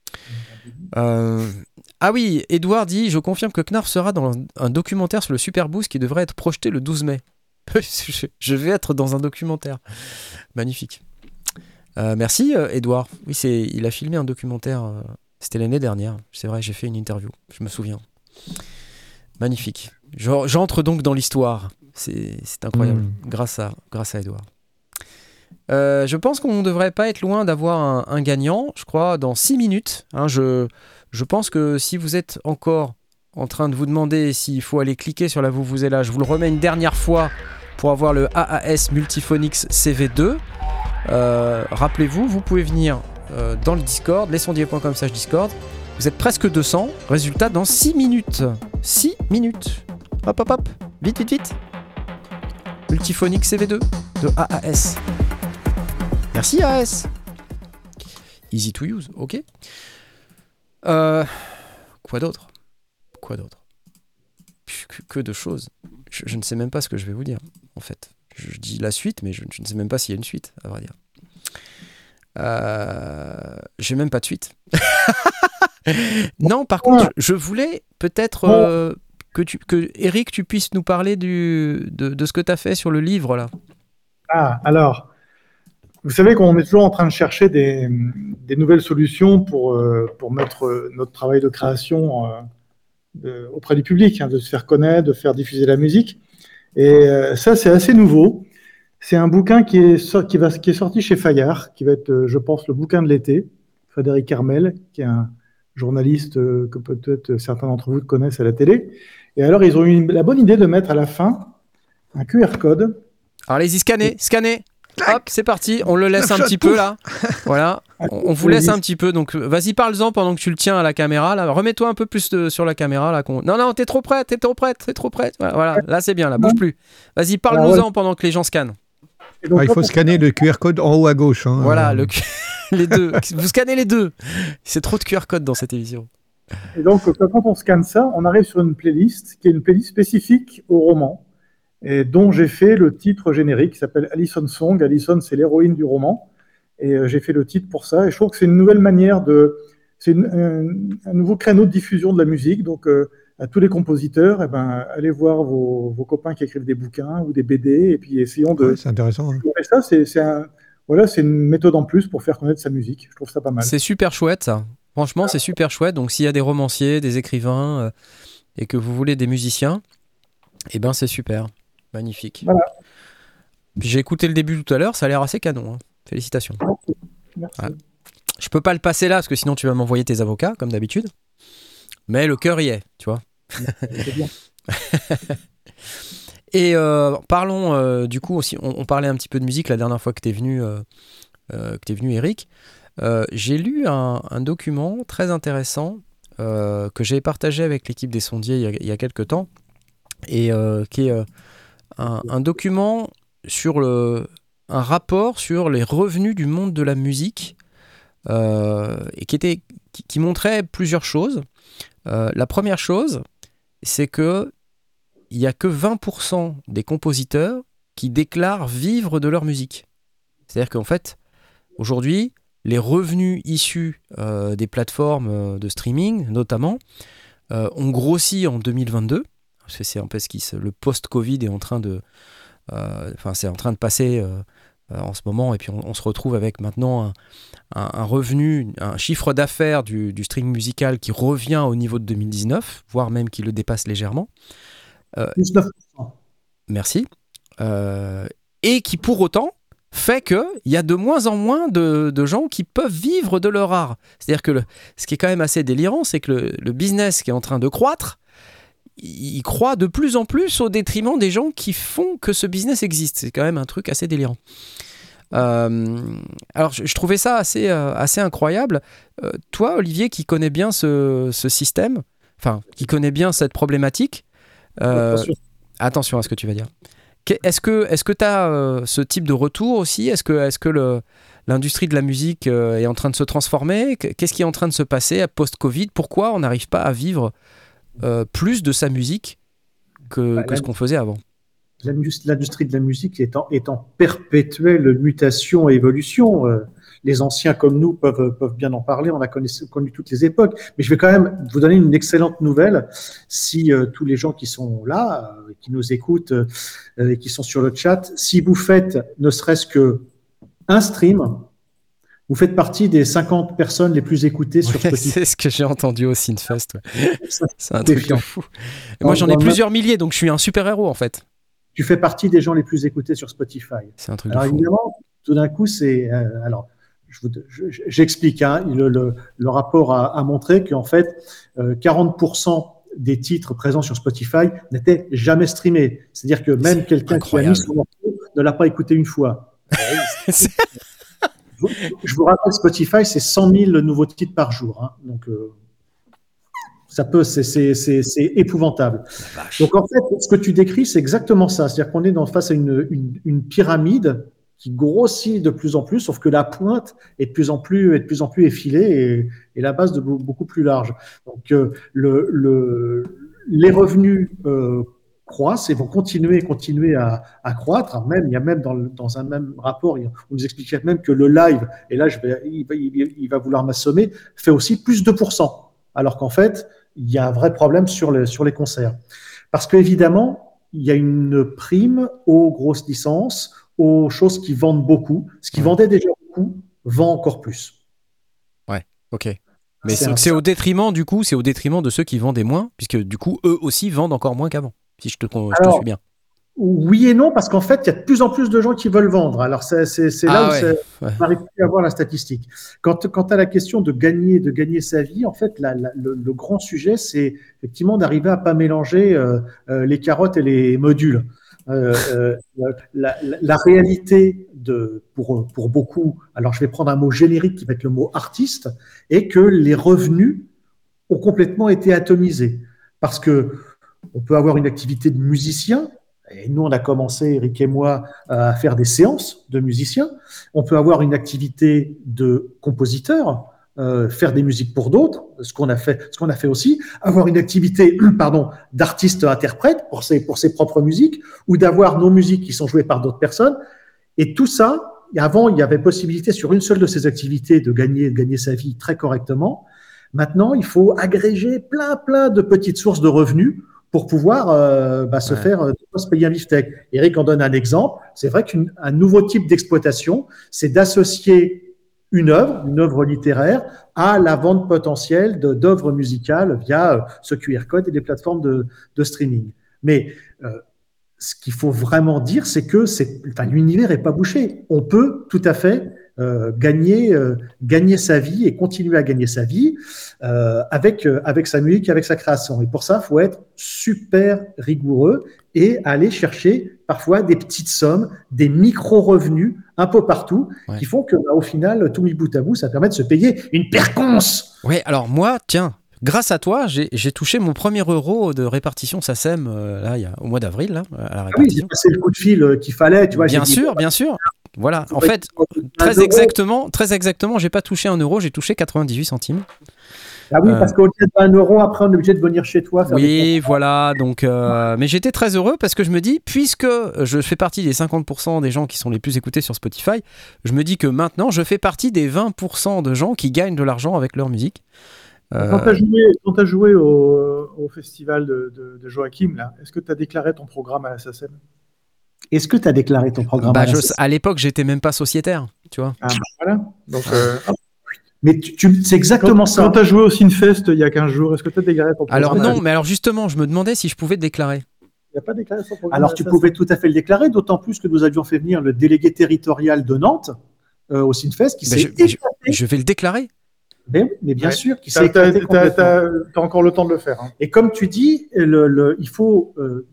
Ah oui, Edouard dit « Je confirme que Knarf sera dans un documentaire sur le Super Boost qui devrait être projeté le 12 mai. » Je vais être dans un documentaire. Magnifique. Merci, Edouard. Oui, il a filmé un documentaire. C'était l'année dernière. C'est vrai, j'ai fait une interview. Je me souviens. Magnifique. J'entre donc dans l'histoire. C'est incroyable. Grâce à Edouard. Je pense qu'on ne devrait pas être loin d'avoir un gagnant, je crois, dans 6 minutes. Hein, je pense que si vous êtes encore en train de vous demander s'il faut aller cliquer sur la Vuvuzela, je vous le remets une dernière fois pour avoir le AAS Multiphonix CV2. Rappelez-vous, vous pouvez venir dans le Discord, lesondiers.com/Discord. Vous êtes presque 200. Résultat dans 6 minutes. 6 minutes. Hop, hop, hop. Vite, vite, vite. Multiphonix CV2 de AAS. Merci AAS. Easy to use, ok. Quoi d'autre que de choses. Je ne sais même pas ce que je vais vous dire, en fait. Je dis la suite, mais je ne sais même pas s'il y a une suite, à vrai dire. J'ai même pas de suite. Non, par contre, je voulais peut-être que Eric, tu puisses nous parler de ce que tu as fait sur le livre, là. Ah, alors, vous savez qu'on est toujours en train de chercher des nouvelles solutions pour mettre notre travail de création auprès du public, hein, de se faire connaître, de faire diffuser la musique. Et ça, c'est assez nouveau. C'est un bouquin qui est sorti chez Fayard, qui va être, je pense, le bouquin de l'été. Frédéric Carmel, qui est un journaliste que peut-être certains d'entre vous connaissent à la télé. Et alors, ils ont eu la bonne idée de mettre à la fin un QR code. Alors, allez-y, scannez. Hop, c'est parti. On le laisse un petit peu, là. Voilà. On vous laisse un petit peu. Donc, vas-y, parle-en pendant que tu le tiens à la caméra. Là. Remets-toi un peu plus sur la caméra. Là. Non, t'es trop prête. Voilà, là, c'est bien. Là, bouge plus. Vas-y, parle-nous-en pendant que les gens scannent. Donc, il faut scanner le QR code en haut à gauche. Hein, voilà, les deux. Vous scannez les deux. C'est trop de QR code dans cette émission. Et donc, quand on scanne ça, on arrive sur une playlist qui est une playlist spécifique au roman, et dont j'ai fait le titre générique qui s'appelle Alison Song. Alison, c'est l'héroïne du roman. Et j'ai fait le titre pour ça. Et je trouve que c'est une nouvelle manière c'est un nouveau créneau de diffusion de la musique. Donc, à tous les compositeurs, allez voir vos copains qui écrivent des bouquins ou des BD, et puis essayons de... c'est intéressant. Hein. Ça, c'est une méthode en plus pour faire connaître sa musique. Je trouve ça pas mal. C'est super chouette, ça. Franchement, c'est super chouette. Donc, s'il y a des romanciers, des écrivains, et que vous voulez des musiciens, c'est super. Magnifique. Voilà. Puis j'ai écouté le début tout à l'heure, ça a l'air assez canon. Hein. Félicitations. Merci. Ouais. Je peux pas le passer là, parce que sinon tu vas m'envoyer tes avocats, comme d'habitude. Mais le cœur y est, tu vois. C'est bien. Et parlons, du coup, aussi, on parlait un petit peu de musique la dernière fois que t'es venu, Eric. J'ai lu un document très intéressant que j'ai partagé avec l'équipe des Sondiers il y a quelques temps, et qui est un document sur un rapport sur les revenus du monde de la musique, et qui montrait plusieurs choses. La première chose, c'est que il n'y a que 20% des compositeurs qui déclarent vivre de leur musique. C'est-à-dire qu'en fait, aujourd'hui, les revenus issus des plateformes de streaming, notamment, ont grossi en 2022. C'est un peu le post-Covid est en train de... c'est en train de passer en ce moment, et puis on se retrouve avec maintenant un revenu, un chiffre d'affaires du streaming musical qui revient au niveau de 2019, voire même qui le dépasse légèrement. Plus 9%. Merci. Et qui pour autant fait qu'il y a de moins en moins de gens qui peuvent vivre de leur art. C'est-à-dire que ce qui est quand même assez délirant, c'est que le business qui est en train de croître, il croît de plus en plus au détriment des gens qui font que ce business existe. C'est quand même un truc assez délirant. Alors je trouvais ça assez incroyable. Toi, Olivier, qui connais bien ce système, qui connais bien cette problématique, attention à ce que tu vas dire. Est-ce que tu as ce type de retour aussi ? Est-ce que l'industrie de la musique est en train de se transformer ? Qu'est-ce qui est en train de se passer à post-Covid ? Pourquoi on n'arrive pas à vivre plus de sa musique que ce qu'on faisait avant ? L'industrie de la musique est en perpétuelle mutation et évolution. Les anciens comme nous peuvent bien en parler, on a connu toutes les époques. Mais je vais quand même vous donner une excellente nouvelle. Si tous les gens qui sont là, qui nous écoutent et qui sont sur le chat, si vous faites ne serait-ce que un stream, Vous faites partie des 50 personnes les plus écoutées sur Ouais, Spotify. c'est ce que j'ai entendu au Synfest. Ouais. Ça, C'est un truc de défiant. fou. Et moi, j'en ai plusieurs milliers, donc je suis un super-héros, en fait. Tu fais partie des gens les plus écoutés sur Spotify. C'est un truc Alors de fou. évidemment, tout d'un coup, c'est... alors, j'explique. Hein, le rapport a montré qu'en fait, 40% des titres présents sur Spotify n'étaient jamais streamés. C'est-à-dire que même quelqu'un qui a mis son morceau ne l'a pas écouté une fois. Je vous rappelle, Spotify, c'est 100 000 nouveaux titres par jour. Hein, donc, c'est épouvantable. Donc, en fait, ce que tu décris, c'est exactement ça. C'est-à-dire qu'on est face à une pyramide qui grossit de plus en plus, sauf que la pointe est de plus en plus effilée et la base de beaucoup plus large. Donc, les revenus croissent et vont continuer à croître. Il y a même dans un même rapport, on nous expliquait même que le live, et là il va vouloir m'assommer, fait aussi plus de 2%. Alors qu'en fait, il y a un vrai problème sur les concerts. Parce qu'évidemment, il y a une prime aux grosses licences, aux choses qui vendent beaucoup. Ce qui vendait déjà beaucoup vend encore plus. Ouais, ok. Mais c'est au détriment, du coup, c'est au détriment de ceux qui vendaient moins, puisque du coup, eux aussi vendent encore moins qu'avant, si je te suis bien. Oui et non, parce qu'en fait, il y a de plus en plus de gens qui veulent vendre. Alors, c'est là où on n'arrive plus à voir la statistique. Quant à la question de gagner sa vie, en fait, le grand sujet, c'est effectivement d'arriver à ne pas mélanger les carottes et les modules. La réalité pour beaucoup, alors je vais prendre un mot générique qui va être le mot artiste, est que les revenus ont complètement été atomisés. Parce que on peut avoir une activité de musicien, et nous on a commencé, Eric et moi, à faire des séances de musiciens. On peut avoir une activité de compositeur, faire des musiques pour d'autres, ce qu'on a fait aussi, avoir une activité d'artiste-interprète pour ses propres musiques, ou d'avoir nos musiques qui sont jouées par d'autres personnes. Et tout ça, avant, il y avait possibilité sur une seule de ces activités de gagner sa vie très correctement. Maintenant, il faut agréger plein de petites sources de revenus pour pouvoir se payer un beefsteak. Eric en donne un exemple. C'est vrai qu'un nouveau type d'exploitation, c'est d'associer une œuvre littéraire à la vente potentielle d'œuvres musicales via ce QR code et des plateformes de streaming. Mais ce qu'il faut vraiment dire, c'est que l'univers n'est pas bouché. On peut tout à fait gagner sa vie et continuer à gagner sa vie avec sa musique, avec sa création. Et pour ça, il faut être super rigoureux et aller chercher parfois des petites sommes, des micro-revenus un peu partout, qui font que, au final, tout mis bout à bout, ça permet de se payer une perconce. Oui, alors moi, tiens, grâce à toi, j'ai touché mon premier euro de répartition SACEM au mois d'avril, là, à la répartition. C'est le coup de fil qu'il fallait, tu vois. Bien sûr. Voilà, en fait, très exactement, j'ai pas touché 1 euro, j'ai touché 98 centimes. Ah oui, parce qu'au lieu de 1 euro, après, on est obligé de venir chez toi. Oui, voilà. Donc, mais j'étais très heureux parce que je me dis, puisque je fais partie des 50% des gens qui sont les plus écoutés sur Spotify, je me dis que maintenant, je fais partie des 20% de gens qui gagnent de l'argent avec leur musique. Quand tu as joué au festival de Joachim, là, est-ce que tu as déclaré ton programme à la SACEM ? Est-ce que tu as déclaré ton programme à l'époque, j'étais même pas sociétaire, tu vois. Ah, voilà. Donc, mais c'est exactement ça. Quand tu as joué au Synfest il y a 15 jours, est-ce que tu as déclaré ton programme ? Alors non, mais alors justement, je me demandais si je pouvais déclarer. Il n'y a pas déclaré son programme. Alors tu pouvais tout à fait le déclarer, d'autant plus que nous avions fait venir le délégué territorial de Nantes au Synfest qui s'est éclaté. Je vais le déclarer. Mais bien sûr, qui s'est éclaté complètement. T'as encore le temps de le faire. Hein. Et comme tu dis, il faut...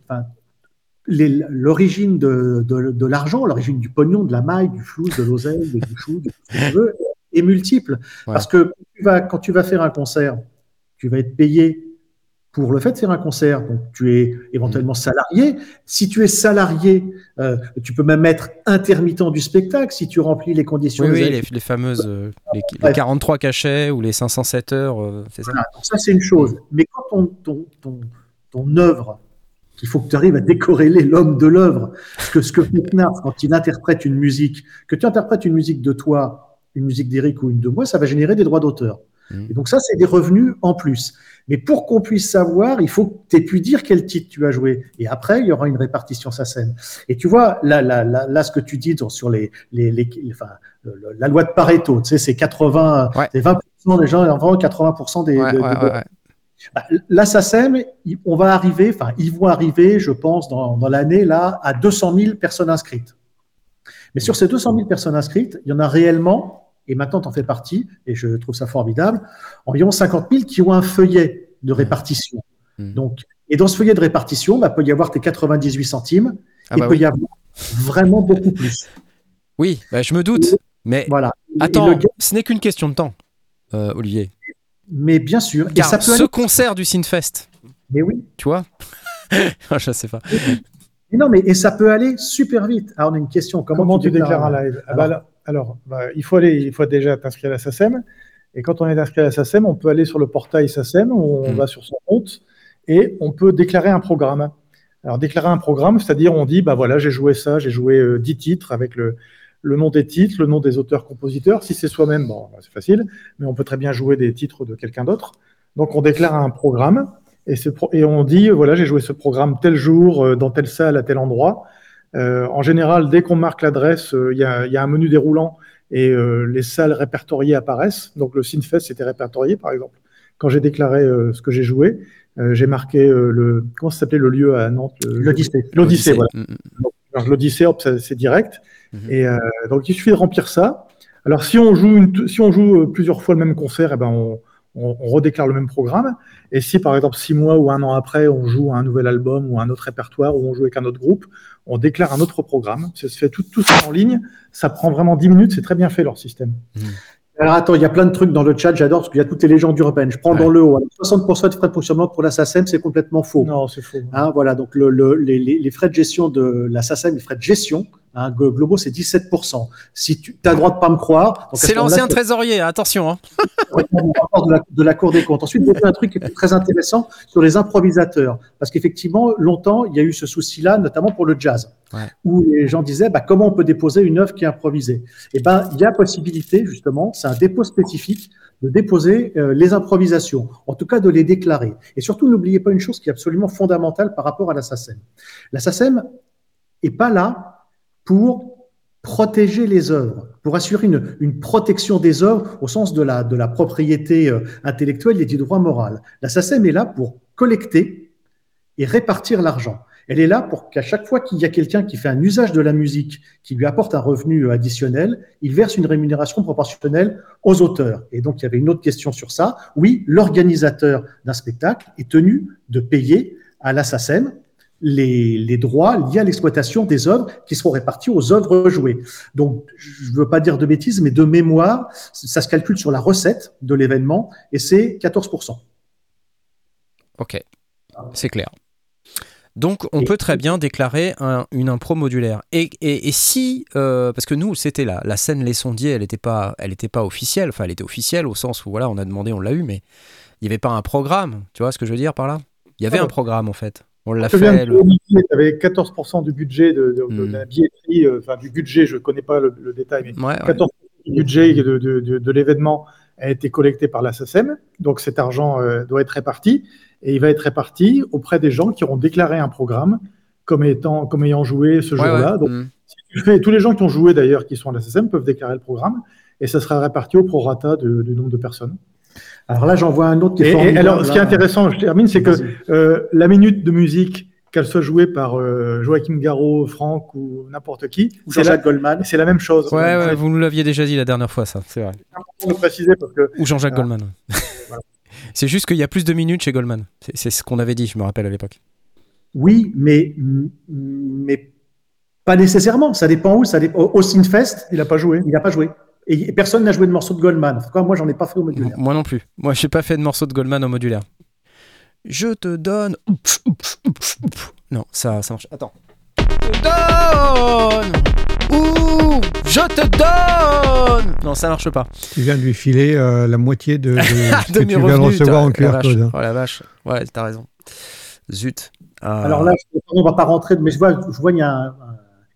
l'origine de l'argent, l'origine du pognon, de la maille, du flou, de l'oseille, du chou, de tout ce que tu veux, est multiple. Ouais. Parce que quand tu vas faire un concert, tu vas être payé pour le fait de faire un concert. Donc, tu es éventuellement salarié. Si tu es salarié, tu peux même être intermittent du spectacle si tu remplis les conditions. Oui, les fameuses les 43 cachets ou les 507 heures, c'est ça. Voilà, ça, c'est une chose. Mais quand ton œuvre, il faut que tu arrives à décorréler l'homme de l'œuvre. Ce que fait Knarf, quand il interprète une musique, que tu interprètes une musique de toi, une musique d'Eric ou une de moi, ça va générer des droits d'auteur. Et donc ça, c'est des revenus en plus. Mais pour qu'on puisse savoir, il faut que tu aies pu dire quel titre tu as joué. Et après, il y aura une répartition SACEM. Et tu vois, là ce que tu dis sur la loi de Pareto, tu sais, c'est 20% des gens, 80% des... Bah, la SACEM, ils vont arriver, je pense, dans l'année, là, à 200 000 personnes inscrites. Mais sur ces 200 000 personnes inscrites, il y en a réellement, et maintenant tu en fais partie, et je trouve ça formidable, environ 50 000 qui ont un feuillet de répartition. Donc, et dans ce feuillet de répartition, il peut y avoir tes 98 centimes, peut y avoir vraiment beaucoup plus. Oui, je me doute, mais voilà. Attends, ce n'est qu'une question de temps, Olivier. Mais bien sûr. Car et ça peut concert du Synfest, mais oui. Tu vois je sais pas. Et ça peut aller super vite. Alors, on a une question. Comment tu déclares un live? Il faut déjà t'inscrire à la SACEM. Et quand on est inscrit à la SACEM, on peut aller sur le portail SACEM, où on va sur son compte, et on peut déclarer un programme. Alors, déclarer un programme, c'est-à-dire on dit, j'ai joué ça, j'ai joué 10 titres avec le nom des titres, le nom des auteurs-compositeurs. Si c'est soi-même, c'est facile, mais on peut très bien jouer des titres de quelqu'un d'autre. Donc, on déclare un programme. Et on dit, j'ai joué ce programme tel jour, dans telle salle, à tel endroit. En général, dès qu'on marque l'adresse, il y a un menu déroulant et les salles répertoriées apparaissent. Donc le Synfest était répertorié, par exemple. Quand j'ai déclaré ce que j'ai joué, j'ai marqué comment ça s'appelait le lieu à Nantes? L'Odyssée, voilà. Donc, l'Odyssée, c'est direct. Et donc il suffit de remplir ça. Alors si on joue plusieurs fois le même concert, on redéclare le même programme. Et si, par exemple, 6 mois ou 1 an après, on joue un nouvel album ou un autre répertoire, ou on joue avec un autre groupe, on déclare un autre programme. Ça se fait tout ça en ligne. Ça prend vraiment 10 minutes. C'est très bien fait, leur système. Alors, attends, il y a plein de trucs dans le chat. J'adore parce qu'il y a toutes les légendes urbaines. Je prends dans le haut. 60% de frais de fonctionnement pour la SACEM, c'est complètement faux. Non, c'est faux. Voilà. Donc, les frais de gestion de la SACEM, les frais de gestion, globaux, c'est 17%. Si tu as le droit de pas me croire. C'est l'ancien trésorier, attention. De la Cour des comptes. Ensuite, il y a un truc qui est très intéressant sur les improvisateurs. Parce qu'effectivement, longtemps, il y a eu ce souci-là, notamment pour le jazz, où les gens disaient comment on peut déposer une œuvre qui est improvisée. Il y a possibilité, justement, c'est un dépôt spécifique, de déposer les improvisations, en tout cas de les déclarer. Et surtout, n'oubliez pas une chose qui est absolument fondamentale par rapport à la SACEM. La SACEM n'est pas là pour protéger les œuvres, pour assurer une protection des œuvres au sens de la propriété intellectuelle et du droit moral. La SACEM est là pour collecter et répartir l'argent. Elle est là pour qu'à chaque fois qu'il y a quelqu'un qui fait un usage de la musique, qui lui apporte un revenu additionnel, il verse une rémunération proportionnelle aux auteurs. Et donc, il y avait une autre question sur ça. Oui, l'organisateur d'un spectacle est tenu de payer à la SACEM les droits liés à l'exploitation des œuvres qui seront répartis aux œuvres jouées. Donc, je ne veux pas dire de bêtises, mais de mémoire, ça se calcule sur la recette de l'événement et c'est 14%. Ok, c'est clair. Donc, on peut très bien déclarer une impro modulaire. Et si, parce que nous, c'était la scène Les Sondiers, elle n'était pas officielle. Enfin, elle était officielle au sens où, on a demandé, on l'a eu, mais il n'y avait pas un programme. Tu vois ce que je veux dire par là? Il y avait un programme, en fait. On l'a fait. Tu avais 14% du budget de la billetterie, du budget, je ne connais pas le détail, mais 14% du budget de l'événement a été collecté par la SACEM. Donc, cet argent doit être réparti. Et il va être réparti auprès des gens qui auront déclaré un programme comme ayant joué ce jour-là. Donc, tous les gens qui ont joué d'ailleurs, qui sont à la SACEM, peuvent déclarer le programme et ça sera réparti au prorata du nombre de personnes. Alors là, j'en vois un autre qui est formidable. Alors, ce qui est intéressant, je termine, c'est que la minute de musique, qu'elle soit jouée par Joachim Garraud, Franck ou n'importe qui, ou Jean-Jacques Goldman, c'est la même chose. Ouais, vous nous l'aviez déjà dit la dernière fois, ça, c'est vrai. C'est important de le préciser parce que. Ou Jean-Jacques Goldman. Voilà. C'est juste qu'il y a plus de minutes chez Goldman. C'est ce qu'on avait dit, je me rappelle à l'époque. Oui, mais pas nécessairement. Ça dépend où. Au Synfest, il n'a pas joué. Et personne n'a joué de morceau de Goldman. En tout cas, moi, j'en ai pas fait au modulaire. Moi non plus. Moi, je n'ai pas fait de morceau de Goldman au modulaire. Je te donne. Non, ça marche. Attends. Je te donne. Ouh, je te donne. Non, ça marche pas. Tu viens de lui filer la moitié de ce que tu viens de recevoir en QR code. Hein. Oh la vache. Ouais, t'as raison. Zut. Alors là, on va pas rentrer, mais je vois, il y a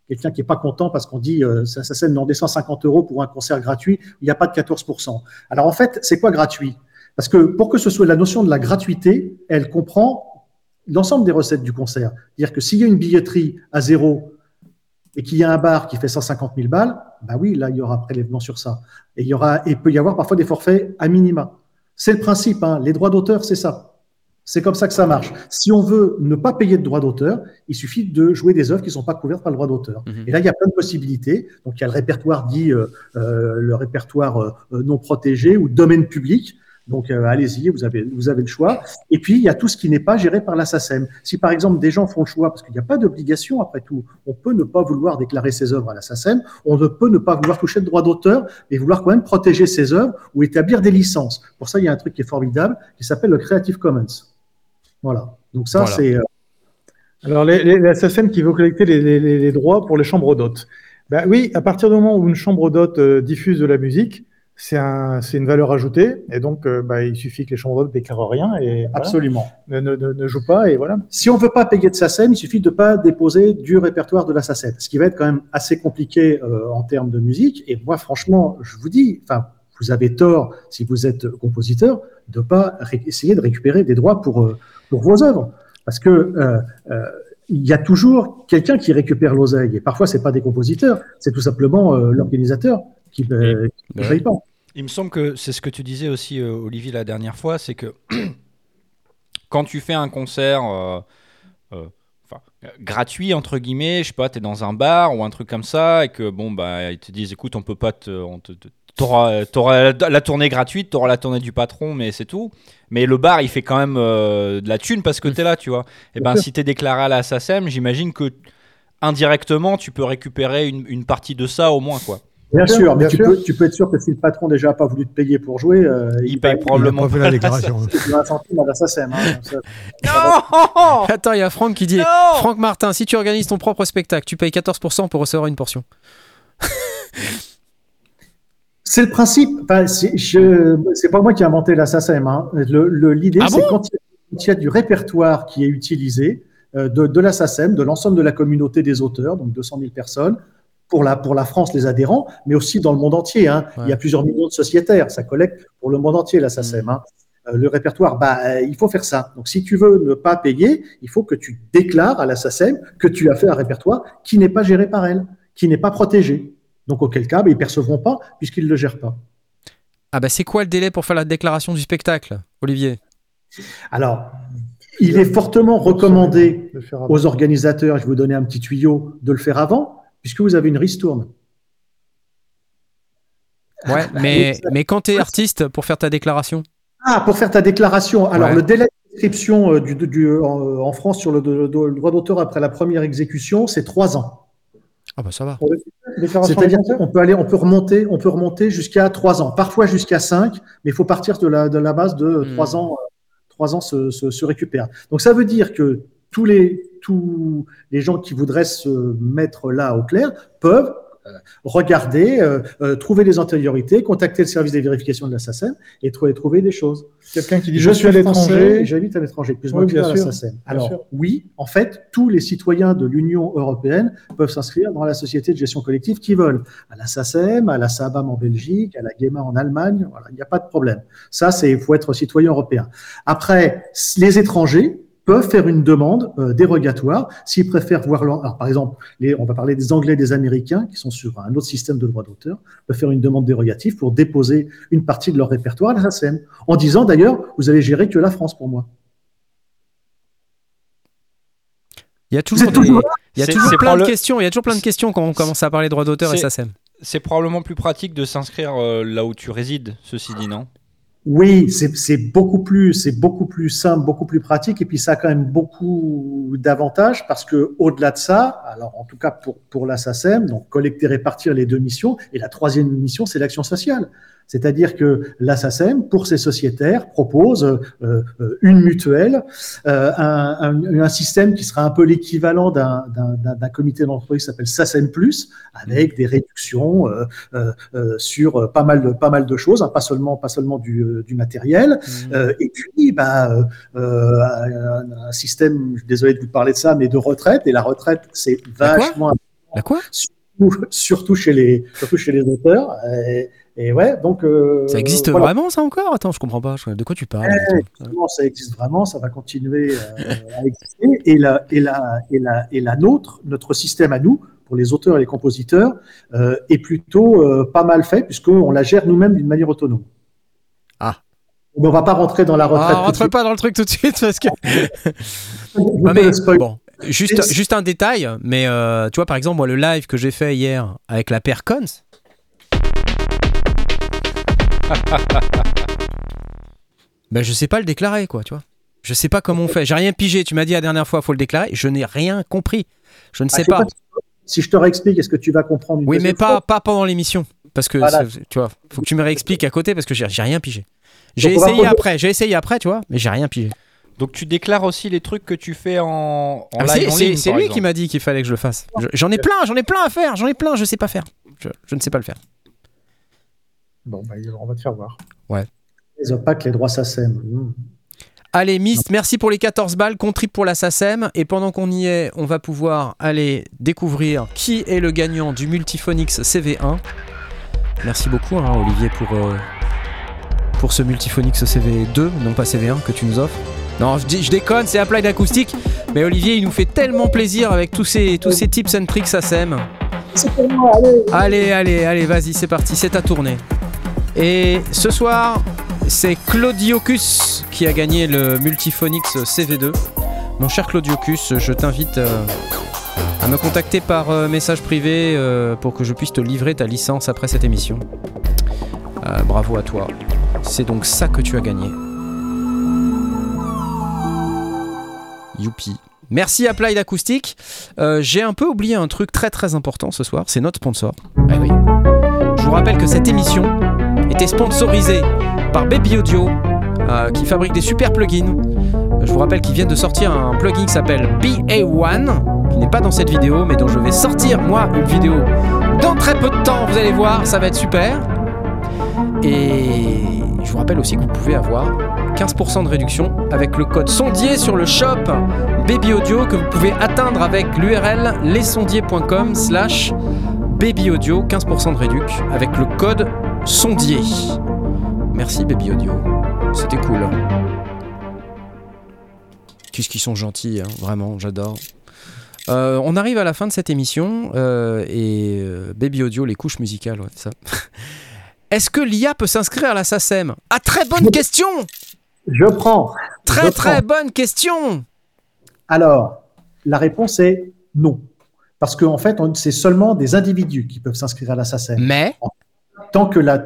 quelqu'un qui n'est pas content parce qu'on dit ça SACEM en descend 50 € pour un concert gratuit, il n'y a pas de 14%. Alors en fait, c'est quoi gratuit? Parce que pour que ce soit la notion de la gratuité, elle comprend l'ensemble des recettes du concert. C'est-à-dire que s'il y a une billetterie à 0 et qu'il y a un bar qui fait 150 000 balles, bah oui, là, il y aura prélèvement sur ça. Et il peut y avoir parfois des forfaits à minima. C'est le principe, hein. Les droits d'auteur, c'est ça. C'est comme ça que ça marche. Si on veut ne pas payer de droits d'auteur, il suffit de jouer des œuvres qui ne sont pas couvertes par le droit d'auteur. Et là, il y a plein de possibilités. Donc, il y a le répertoire dit le répertoire non protégé ou domaine public. Donc, allez-y, vous avez le choix. Et puis, il y a tout ce qui n'est pas géré par la SACEM. Si, par exemple, des gens font le choix, parce qu'il n'y a pas d'obligation, après tout, on peut ne pas vouloir déclarer ses œuvres à la SACEM, on ne peut ne pas vouloir toucher de droits d'auteur, mais vouloir quand même protéger ses œuvres ou établir des licences. Pour ça, il y a un truc qui est formidable, qui s'appelle le Creative Commons. Voilà. Donc ça, c'est... Alors, la SACEM qui veut collecter les droits pour les chambres d'hôtes. Ben oui, à partir du moment où une chambre d'hôtes diffuse de la musique, c'est une valeur ajoutée, et donc il suffit que les chambres d'hôtes ne déclarent rien, et absolument. Voilà, ne jouent pas, et voilà. Si on ne veut pas payer de SACEM, il suffit de ne pas déposer du répertoire de la SACEM, ce qui va être quand même assez compliqué en termes de musique, et moi, franchement, je vous dis, vous avez tort, si vous êtes compositeur, de ne pas essayer de récupérer des droits pour vos œuvres, parce que il y a toujours quelqu'un qui récupère l'oseille, et parfois, ce n'est pas des compositeurs, c'est tout simplement l'organisateur qui ne paye pas. Il me semble que c'est ce que tu disais aussi, Olivier, la dernière fois, c'est que quand tu fais un concert gratuit, entre guillemets, je sais pas, tu es dans un bar ou un truc comme ça, et que ils te disent, écoute, on peut pas t'auras la tournée gratuite, t'auras la tournée du patron, mais c'est tout. Mais le bar, il fait quand même de la thune parce que t'es là, tu vois. Et si t'es déclaré à la SACEM, j'imagine que indirectement, tu peux récupérer une partie de ça au moins, quoi. Bien sûr, mais tu peux être sûr que si le patron déjà n'a pas voulu te payer pour jouer, il paye probablement pas fait la déclaration. C'est un centime à la SACEM. Non. Attends, il y a Franck qui dit Franck Martin, si tu organises ton propre spectacle, tu payes 14% pour recevoir une portion. C'est le principe. C'est pas moi qui ai inventé la SACEM. Hein. L'idée, c'est quand il y a du répertoire qui est utilisé de la SACEM, de l'ensemble de la communauté des auteurs, donc 200 000 personnes, pour la France, les adhérents, mais aussi dans le monde entier. Hein. Ouais. Il y a plusieurs millions de sociétaires. Ça collecte pour le monde entier, la SACEM. Hein. Le répertoire, il faut faire ça. Donc, si tu veux ne pas payer, il faut que tu déclares à la SACEM que tu as fait un répertoire qui n'est pas géré par elle, qui n'est pas protégé. Donc, auquel cas, ils ne percevront pas puisqu'ils ne le gèrent pas. Ah c'est quoi le délai pour faire la déclaration du spectacle, Olivier ? Alors, il est fortement recommandé aux organisateurs, je vais vous donner un petit tuyau, de le faire avant, puisque vous avez une ristourne. Ouais, mais quand tu es artiste, pour faire ta déclaration ? Pour faire ta déclaration. Alors, le délai d'inscription en France sur le droit d'auteur après la première exécution, c'est 3 ans. Ah ça va. C'est-à-dire qu'on peut remonter jusqu'à 3 ans, parfois jusqu'à 5, mais il faut partir de la base de 3 ans. 3 ans se récupèrent. Donc ça veut dire que tous les gens qui voudraient se mettre là au clair peuvent regarder, trouver les antériorités, contacter le service des vérifications de la SACEM et trouver des choses. Quelqu'un qui dit je suis à l'étranger, j'habite à l'étranger, plus moi que à la SACEM. Alors oui, en fait, tous les citoyens de l'Union européenne peuvent s'inscrire dans la société de gestion collective qu'ils veulent, à la SACEM, à la SABAM en Belgique, à la GEMA en Allemagne. Voilà, il n'y a pas de problème. Ça, il faut être citoyen européen. Après, les étrangers peuvent faire une demande dérogatoire s'ils préfèrent voir alors, par exemple, on va parler des Anglais et des Américains qui sont sur un autre système de droit d'auteur, peuvent faire une demande dérogative pour déposer une partie de leur répertoire à la SACEM, en disant d'ailleurs, vous allez gérer que la France pour moi. Il y a toujours plein de questions. Il y a toujours plein de questions quand on commence à parler droit d'auteur et SACEM. C'est probablement plus pratique de s'inscrire là où tu résides, ceci dit, non ? Oui, c'est beaucoup plus simple, beaucoup plus pratique, et puis ça a quand même beaucoup d'avantages parce que au-delà de ça, alors en tout cas pour la SACEM, donc collecter, répartir les 2 missions, et la 3e mission, c'est l'action sociale. C'est-à-dire que la SACEM, pour ses sociétaires, propose une mutuelle, un système qui sera un peu l'équivalent d'un comité d'entreprise qui s'appelle SACEM+, avec des réductions sur pas mal de choses, hein, pas seulement du matériel, et puis un système, désolé de vous parler de ça, mais de retraite, et la retraite, c'est vachement La quoi ? Surtout chez les auteurs. Et ouais, donc. Ça existe voilà. vraiment, ça encore ? Attends, je comprends pas. De quoi tu parles ? Ça existe vraiment, ça va continuer à exister. Et la nôtre, notre système à nous, pour les auteurs et les compositeurs, est plutôt pas mal fait, puisqu'on la gère nous-mêmes d'une manière autonome. Ah. Mais on va pas rentrer dans la retraite. Rentre pas dans le truc tout de suite, parce que. Bon. Juste un détail, mais tu vois, par exemple, moi, le live que j'ai fait hier avec la paire Cons. Ben, je sais pas le déclarer, quoi, tu vois. Je sais pas comment on fait. J'ai rien pigé. Tu m'as dit la dernière fois, faut le déclarer. Je n'ai rien compris. Je ne sais pas. Si je te réexplique, est-ce que tu vas comprendre une Oui, mais pas fois pendant l'émission. Parce que, voilà. tu vois, faut que tu me réexpliques à côté parce que j'ai rien pigé. J'ai essayé après, tu vois, mais j'ai rien pigé. Donc tu déclares aussi les trucs que tu fais en live en ligne. C'est lui qui m'a dit qu'il fallait que je le fasse. J'en ai plein à faire. Je sais pas faire. Je ne sais pas le faire. Bon, on va te faire voir. Ouais. Les OPAC, les droits SACEM. Allez, Myst, merci pour les 14 balles, contrib pour la SACEM. Et pendant qu'on y est, on va pouvoir aller découvrir qui est le gagnant du Multiphonix CV1. Merci beaucoup, Olivier, pour ce Multiphonix CV2, non pas CV1, que tu nous offres. Non, je déconne, c'est Applied Acoustic. Mais Olivier, il nous fait tellement plaisir avec tous ces tips and tricks SACEM. C'est pour moi, allez, vas-y, c'est parti, c'est ta tournée. Et ce soir, c'est Claudiocus qui a gagné le Multiphonix CV2. Mon cher Claudiocus, je t'invite à me contacter par message privé pour que je puisse te livrer ta licence après cette émission. Bravo à toi. C'est donc ça que tu as gagné. Youpi. Merci Applied Acoustic. J'ai un peu oublié un truc très très important ce soir, c'est notre sponsor. Ah oui. Je vous rappelle que cette émission était sponsorisée par Baby Audio, qui fabrique des super plugins. Je vous rappelle qu'ils viennent de sortir un plugin qui s'appelle BA1, qui n'est pas dans cette vidéo, mais dont je vais sortir moi une vidéo dans très peu de temps. Vous allez voir, ça va être super. Et je vous rappelle aussi que vous pouvez avoir 15% de réduction avec le code sondier sur le shop Baby Audio que vous pouvez atteindre avec l'URL lesondier.com/Baby Audio, 15% de réduc avec le code sondier. Merci Baby Audio, c'était cool. Qu'est-ce qu'ils sont gentils, vraiment, j'adore. On arrive à la fin de cette émission et Baby Audio, les couches musicales, ouais, ça. Est-ce que l'IA peut s'inscrire à la SACEM ? Ah, très bonne question ! Je prends. Très bonne question. Alors, la réponse est non. Parce qu'en fait, c'est seulement des individus qui peuvent s'inscrire à la SACEM. Mais tant que la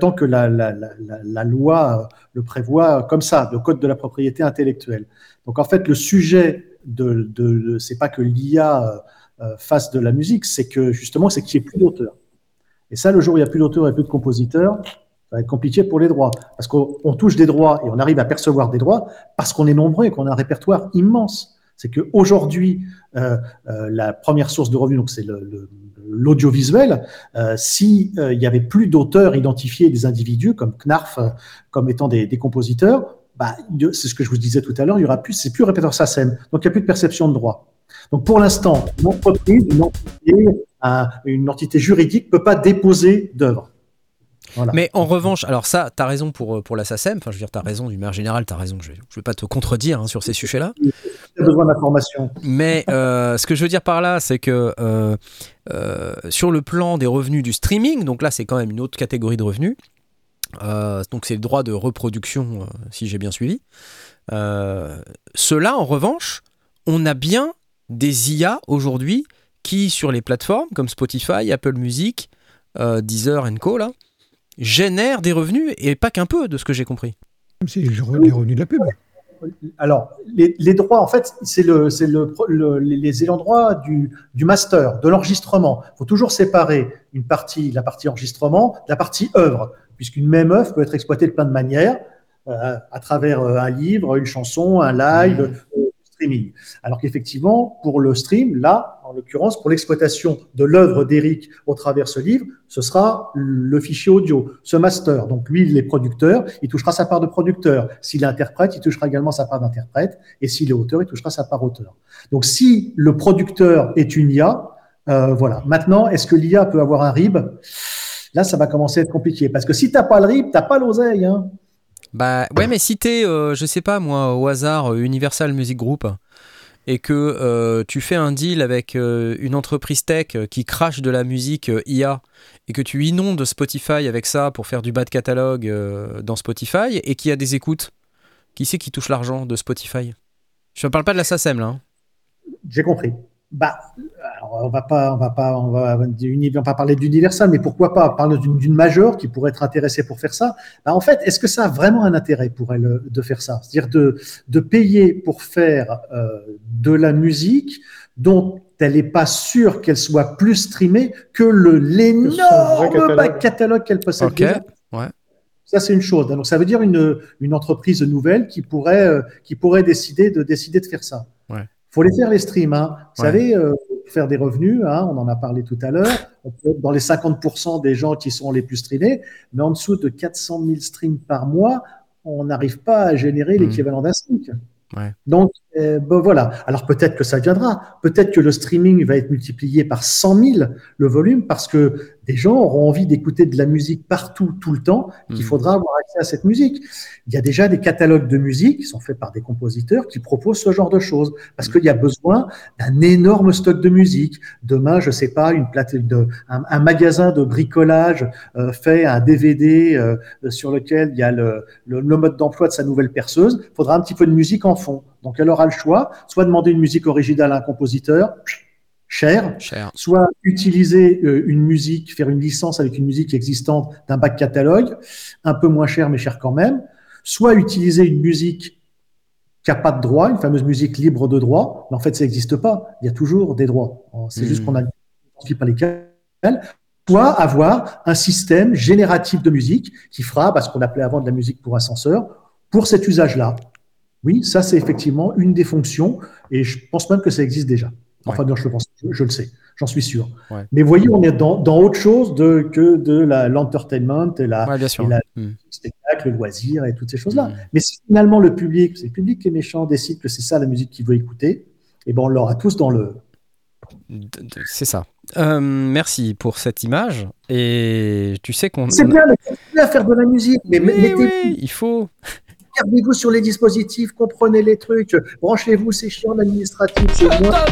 loi le prévoit comme ça, le code de la propriété intellectuelle. Donc en fait, le sujet c'est pas que l'IA fasse de la musique, c'est que justement, c'est qu'il n'y ait plus d'auteurs. Et ça, le jour où il n'y a plus d'auteurs et plus de compositeurs, ça va être compliqué pour les droits. Parce qu'on touche des droits et on arrive à percevoir des droits parce qu'on est nombreux et qu'on a un répertoire immense. C'est qu'aujourd'hui, la première source de revenus, donc c'est l'audiovisuel, s'il n'y avait plus d'auteurs identifiés des individus, comme Knarf, comme étant des compositeurs, c'est ce que je vous disais tout à l'heure, c'est plus répertoire SACEM, donc il n'y a plus de perception de droit. Donc pour l'instant, une entreprise, une entité juridique ne peut pas déposer d'œuvre. Voilà. Mais en revanche, alors ça, tu as raison pour la SACEM, enfin je veux dire, tu as raison, d'une manière générale, tu as raison, je ne vais pas te contredire sur ces sujets-là. Tu as besoin d'informations. Mais ce que je veux dire par là, c'est que sur le plan des revenus du streaming, donc là c'est quand même une autre catégorie de revenus, donc c'est le droit de reproduction, si j'ai bien suivi. Ceux-là, en revanche, on a bien des IA aujourd'hui qui, sur les plateformes comme Spotify, Apple Music, Deezer & Co, là, génèrent des revenus, et pas qu'un peu, de ce que j'ai compris. C'est les revenus de la pub. Alors, les droits, en fait, c'est les ayants droit du master, de l'enregistrement. Il faut toujours séparer la partie enregistrement de la partie œuvre, puisqu'une même œuvre peut être exploitée de plein de manières, à travers un livre, une chanson, un live, streaming. Alors qu'effectivement, pour le stream, là, en l'occurrence, pour l'exploitation de l'œuvre d'Eric au travers ce livre, ce sera le fichier audio, ce master. Donc lui, il est producteur, il touchera sa part de producteur. S'il est interprète, il touchera également sa part d'interprète. Et s'il est auteur, il touchera sa part auteur. Donc si le producteur est une IA, Voilà. Maintenant, est-ce que l'IA peut avoir un RIB? Là, ça va commencer à être compliqué. Parce que si tu n'as pas le RIB, tu n'as pas l'oseille. Hein. Bah ouais, mais si t'es, je sais pas moi, au hasard, Universal Music Group, et que tu fais un deal avec une entreprise tech qui crache de la musique IA, et que tu inondes Spotify avec ça pour faire du bas de catalogue dans Spotify, et qu'il y a des écoutes, qui c'est qui touche l'argent de Spotify? Je ne parle pas de la SACEM là. Hein. J'ai compris. Bah, alors on va pas parler d'Universal, mais pourquoi pas parler d'une majeure qui pourrait être intéressée pour faire ça. Bah, en fait, est-ce que ça a vraiment un intérêt pour elle de faire ça? C'est-à-dire de payer pour faire de la musique dont elle n'est pas sûre qu'elle soit plus streamée que l'énorme back catalogue qu'elle possède déjà. Ouais. Ça, c'est une chose. Donc, ça veut dire une entreprise nouvelle qui pourrait décider de faire ça. Ouais. Faut les faire les streams. Hein. Vous savez, faire des revenus, hein, on en a parlé tout à l'heure. On peut être dans les 50% des gens qui sont les plus streamés, mais en dessous de 400 000 streams par mois, on n'arrive pas à générer l'équivalent d'un SMIC. Ouais. Donc, voilà. Alors peut-être que ça viendra. Peut-être que le streaming va être multiplié par 100 000 le volume parce que des gens auront envie d'écouter de la musique partout, tout le temps, qu'il faudra avoir accès à cette musique. Il y a déjà des catalogues de musique qui sont faits par des compositeurs qui proposent ce genre de choses parce qu'il y a besoin d'un énorme stock de musique. Demain, je sais pas, un magasin de bricolage fait un DVD sur lequel il y a le mode d'emploi de sa nouvelle perceuse. Il faudra un petit peu de musique en fond. Donc, elle aura le choix, soit demander une musique originale à un compositeur, cher. Soit utiliser une musique, faire une licence avec une musique existante d'un back catalogue, un peu moins cher, mais cher quand même. Soit utiliser une musique qui n'a pas de droit, une fameuse musique libre de droit, mais en fait, ça n'existe pas. Il y a toujours des droits. C'est juste qu'on n'identifie pas lesquels. Soit avoir un système génératif de musique qui fera ce qu'on appelait avant de la musique pour ascenseur, pour cet usage-là. Oui, ça, c'est effectivement une des fonctions, et je pense même que ça existe déjà. Enfin, non, je le sais, j'en suis sûr. Ouais. Mais voyez, on est dans autre chose que de l'entertainment et le spectacle, le loisir et toutes ces choses-là. Mais si finalement c'est le public qui est méchant, décide que c'est ça la musique qu'il veut écouter, et on l'aura tous dans le... C'est ça. Merci pour cette image. Et tu sais qu'on... C'est bien de continuer à faire de la musique, mais oui, il faut... Regardez-vous sur les dispositifs, comprenez les trucs, branchez-vous, c'est chiant l'administratif. Je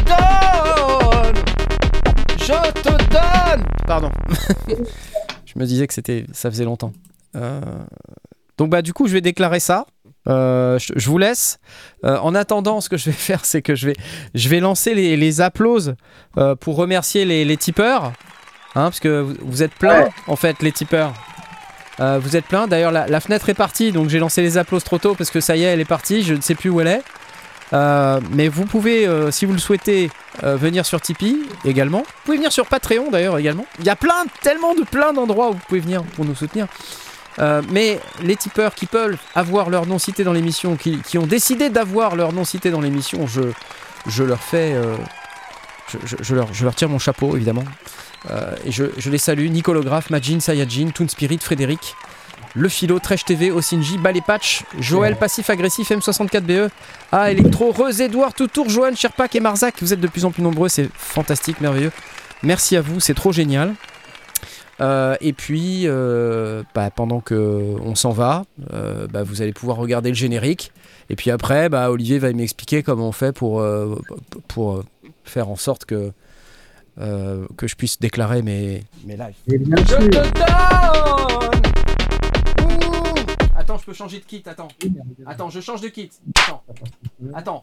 te donne. Pardon. Je me disais que ça faisait longtemps. Donc du coup, je vais déclarer ça. Je vous laisse. En attendant, ce que je vais faire, c'est que je vais lancer les applauses pour remercier les tipeurs, hein, parce que vous êtes plein, en fait, les tipeurs. Vous êtes plein. D'ailleurs, la fenêtre est partie, donc j'ai lancé les applauses trop tôt parce que ça y est, elle est partie. Je ne sais plus où elle est. Mais vous pouvez, si vous le souhaitez, venir sur Tipeee également. Vous pouvez venir sur Patreon d'ailleurs également. Il y a plein d'endroits où vous pouvez venir pour nous soutenir. Mais les tipeurs qui peuvent avoir leur nom cité dans l'émission, qui ont décidé d'avoir leur nom cité dans l'émission, je leur fais, je leur tire mon chapeau évidemment. Et je les salue: Nicolographe, Majin, Sayajin, Toon Spirit, Frédéric, Le Philo, Tresh TV, Osinji, Balepatch, Joël, Passif Agressif, M64BE, A Electro, Reuse, Edouard, Toutour, Johan, Sherpak et Marzac. Vous êtes de plus en plus nombreux, c'est fantastique, merveilleux. Merci à vous, c'est trop génial. Et puis, pendant qu'on s'en va, vous allez pouvoir regarder le générique. Et puis après, Olivier va m'expliquer comment on fait pour faire en sorte que je puisse déclarer mes lives. Je te donne. Attends, je peux changer de kit. Attends, je change de kit. Attends.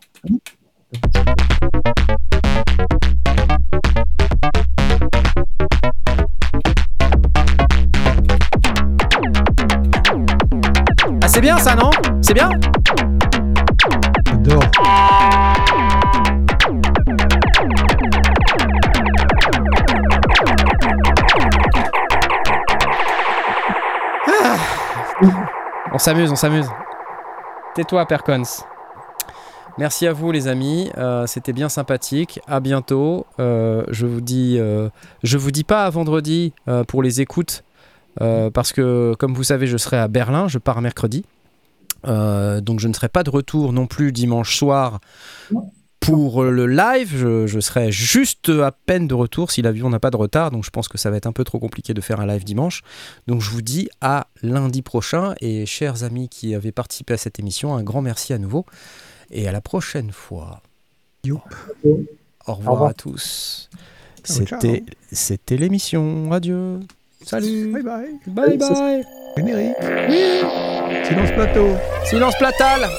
Ah, c'est bien ça, non? C'est bien? J'adore. On s'amuse. Tais-toi, Percons. Merci à vous, les amis. C'était bien sympathique. À bientôt. Je vous dis pas à vendredi pour les écoutes, parce que, comme vous savez, je serai à Berlin. Je pars mercredi. Donc, je ne serai pas de retour non plus dimanche soir pour le live, je serai juste à peine de retour si l'avion n'a pas de retard, donc je pense que ça va être un peu trop compliqué de faire un live dimanche. Donc je vous dis à lundi prochain, et chers amis qui avaient participé à cette émission, un grand merci à nouveau, et à la prochaine fois. Youp. Au revoir à tous. C'était l'émission. Adieu. Salut. Bye bye. Bye bye. Générique. Silence plateau. Silence platal.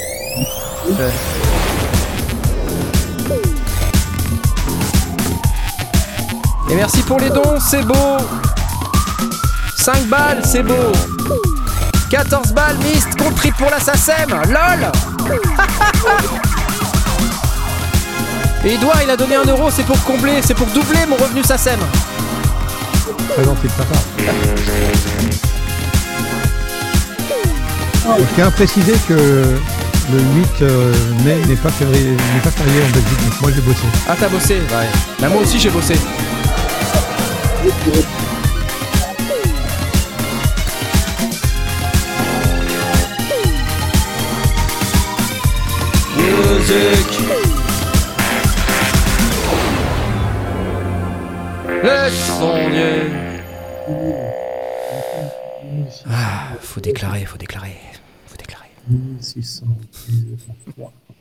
Et merci pour les dons, c'est beau. 5 balles, c'est beau. 14 balles, Myst, compris pour la SACEM. LOL. Et Edouard, il a donné 1 euro, c'est pour combler, c'est pour doubler mon revenu SACEM. Très gentil de ta part. Je tiens à préciser que le 8 mai n'est pas férié en Belgique, donc moi j'ai bossé. Ah, t'as bossé, ouais. Bah, moi aussi j'ai bossé. Music. Laissons Dieu. Ah, faut déclarer. 1600.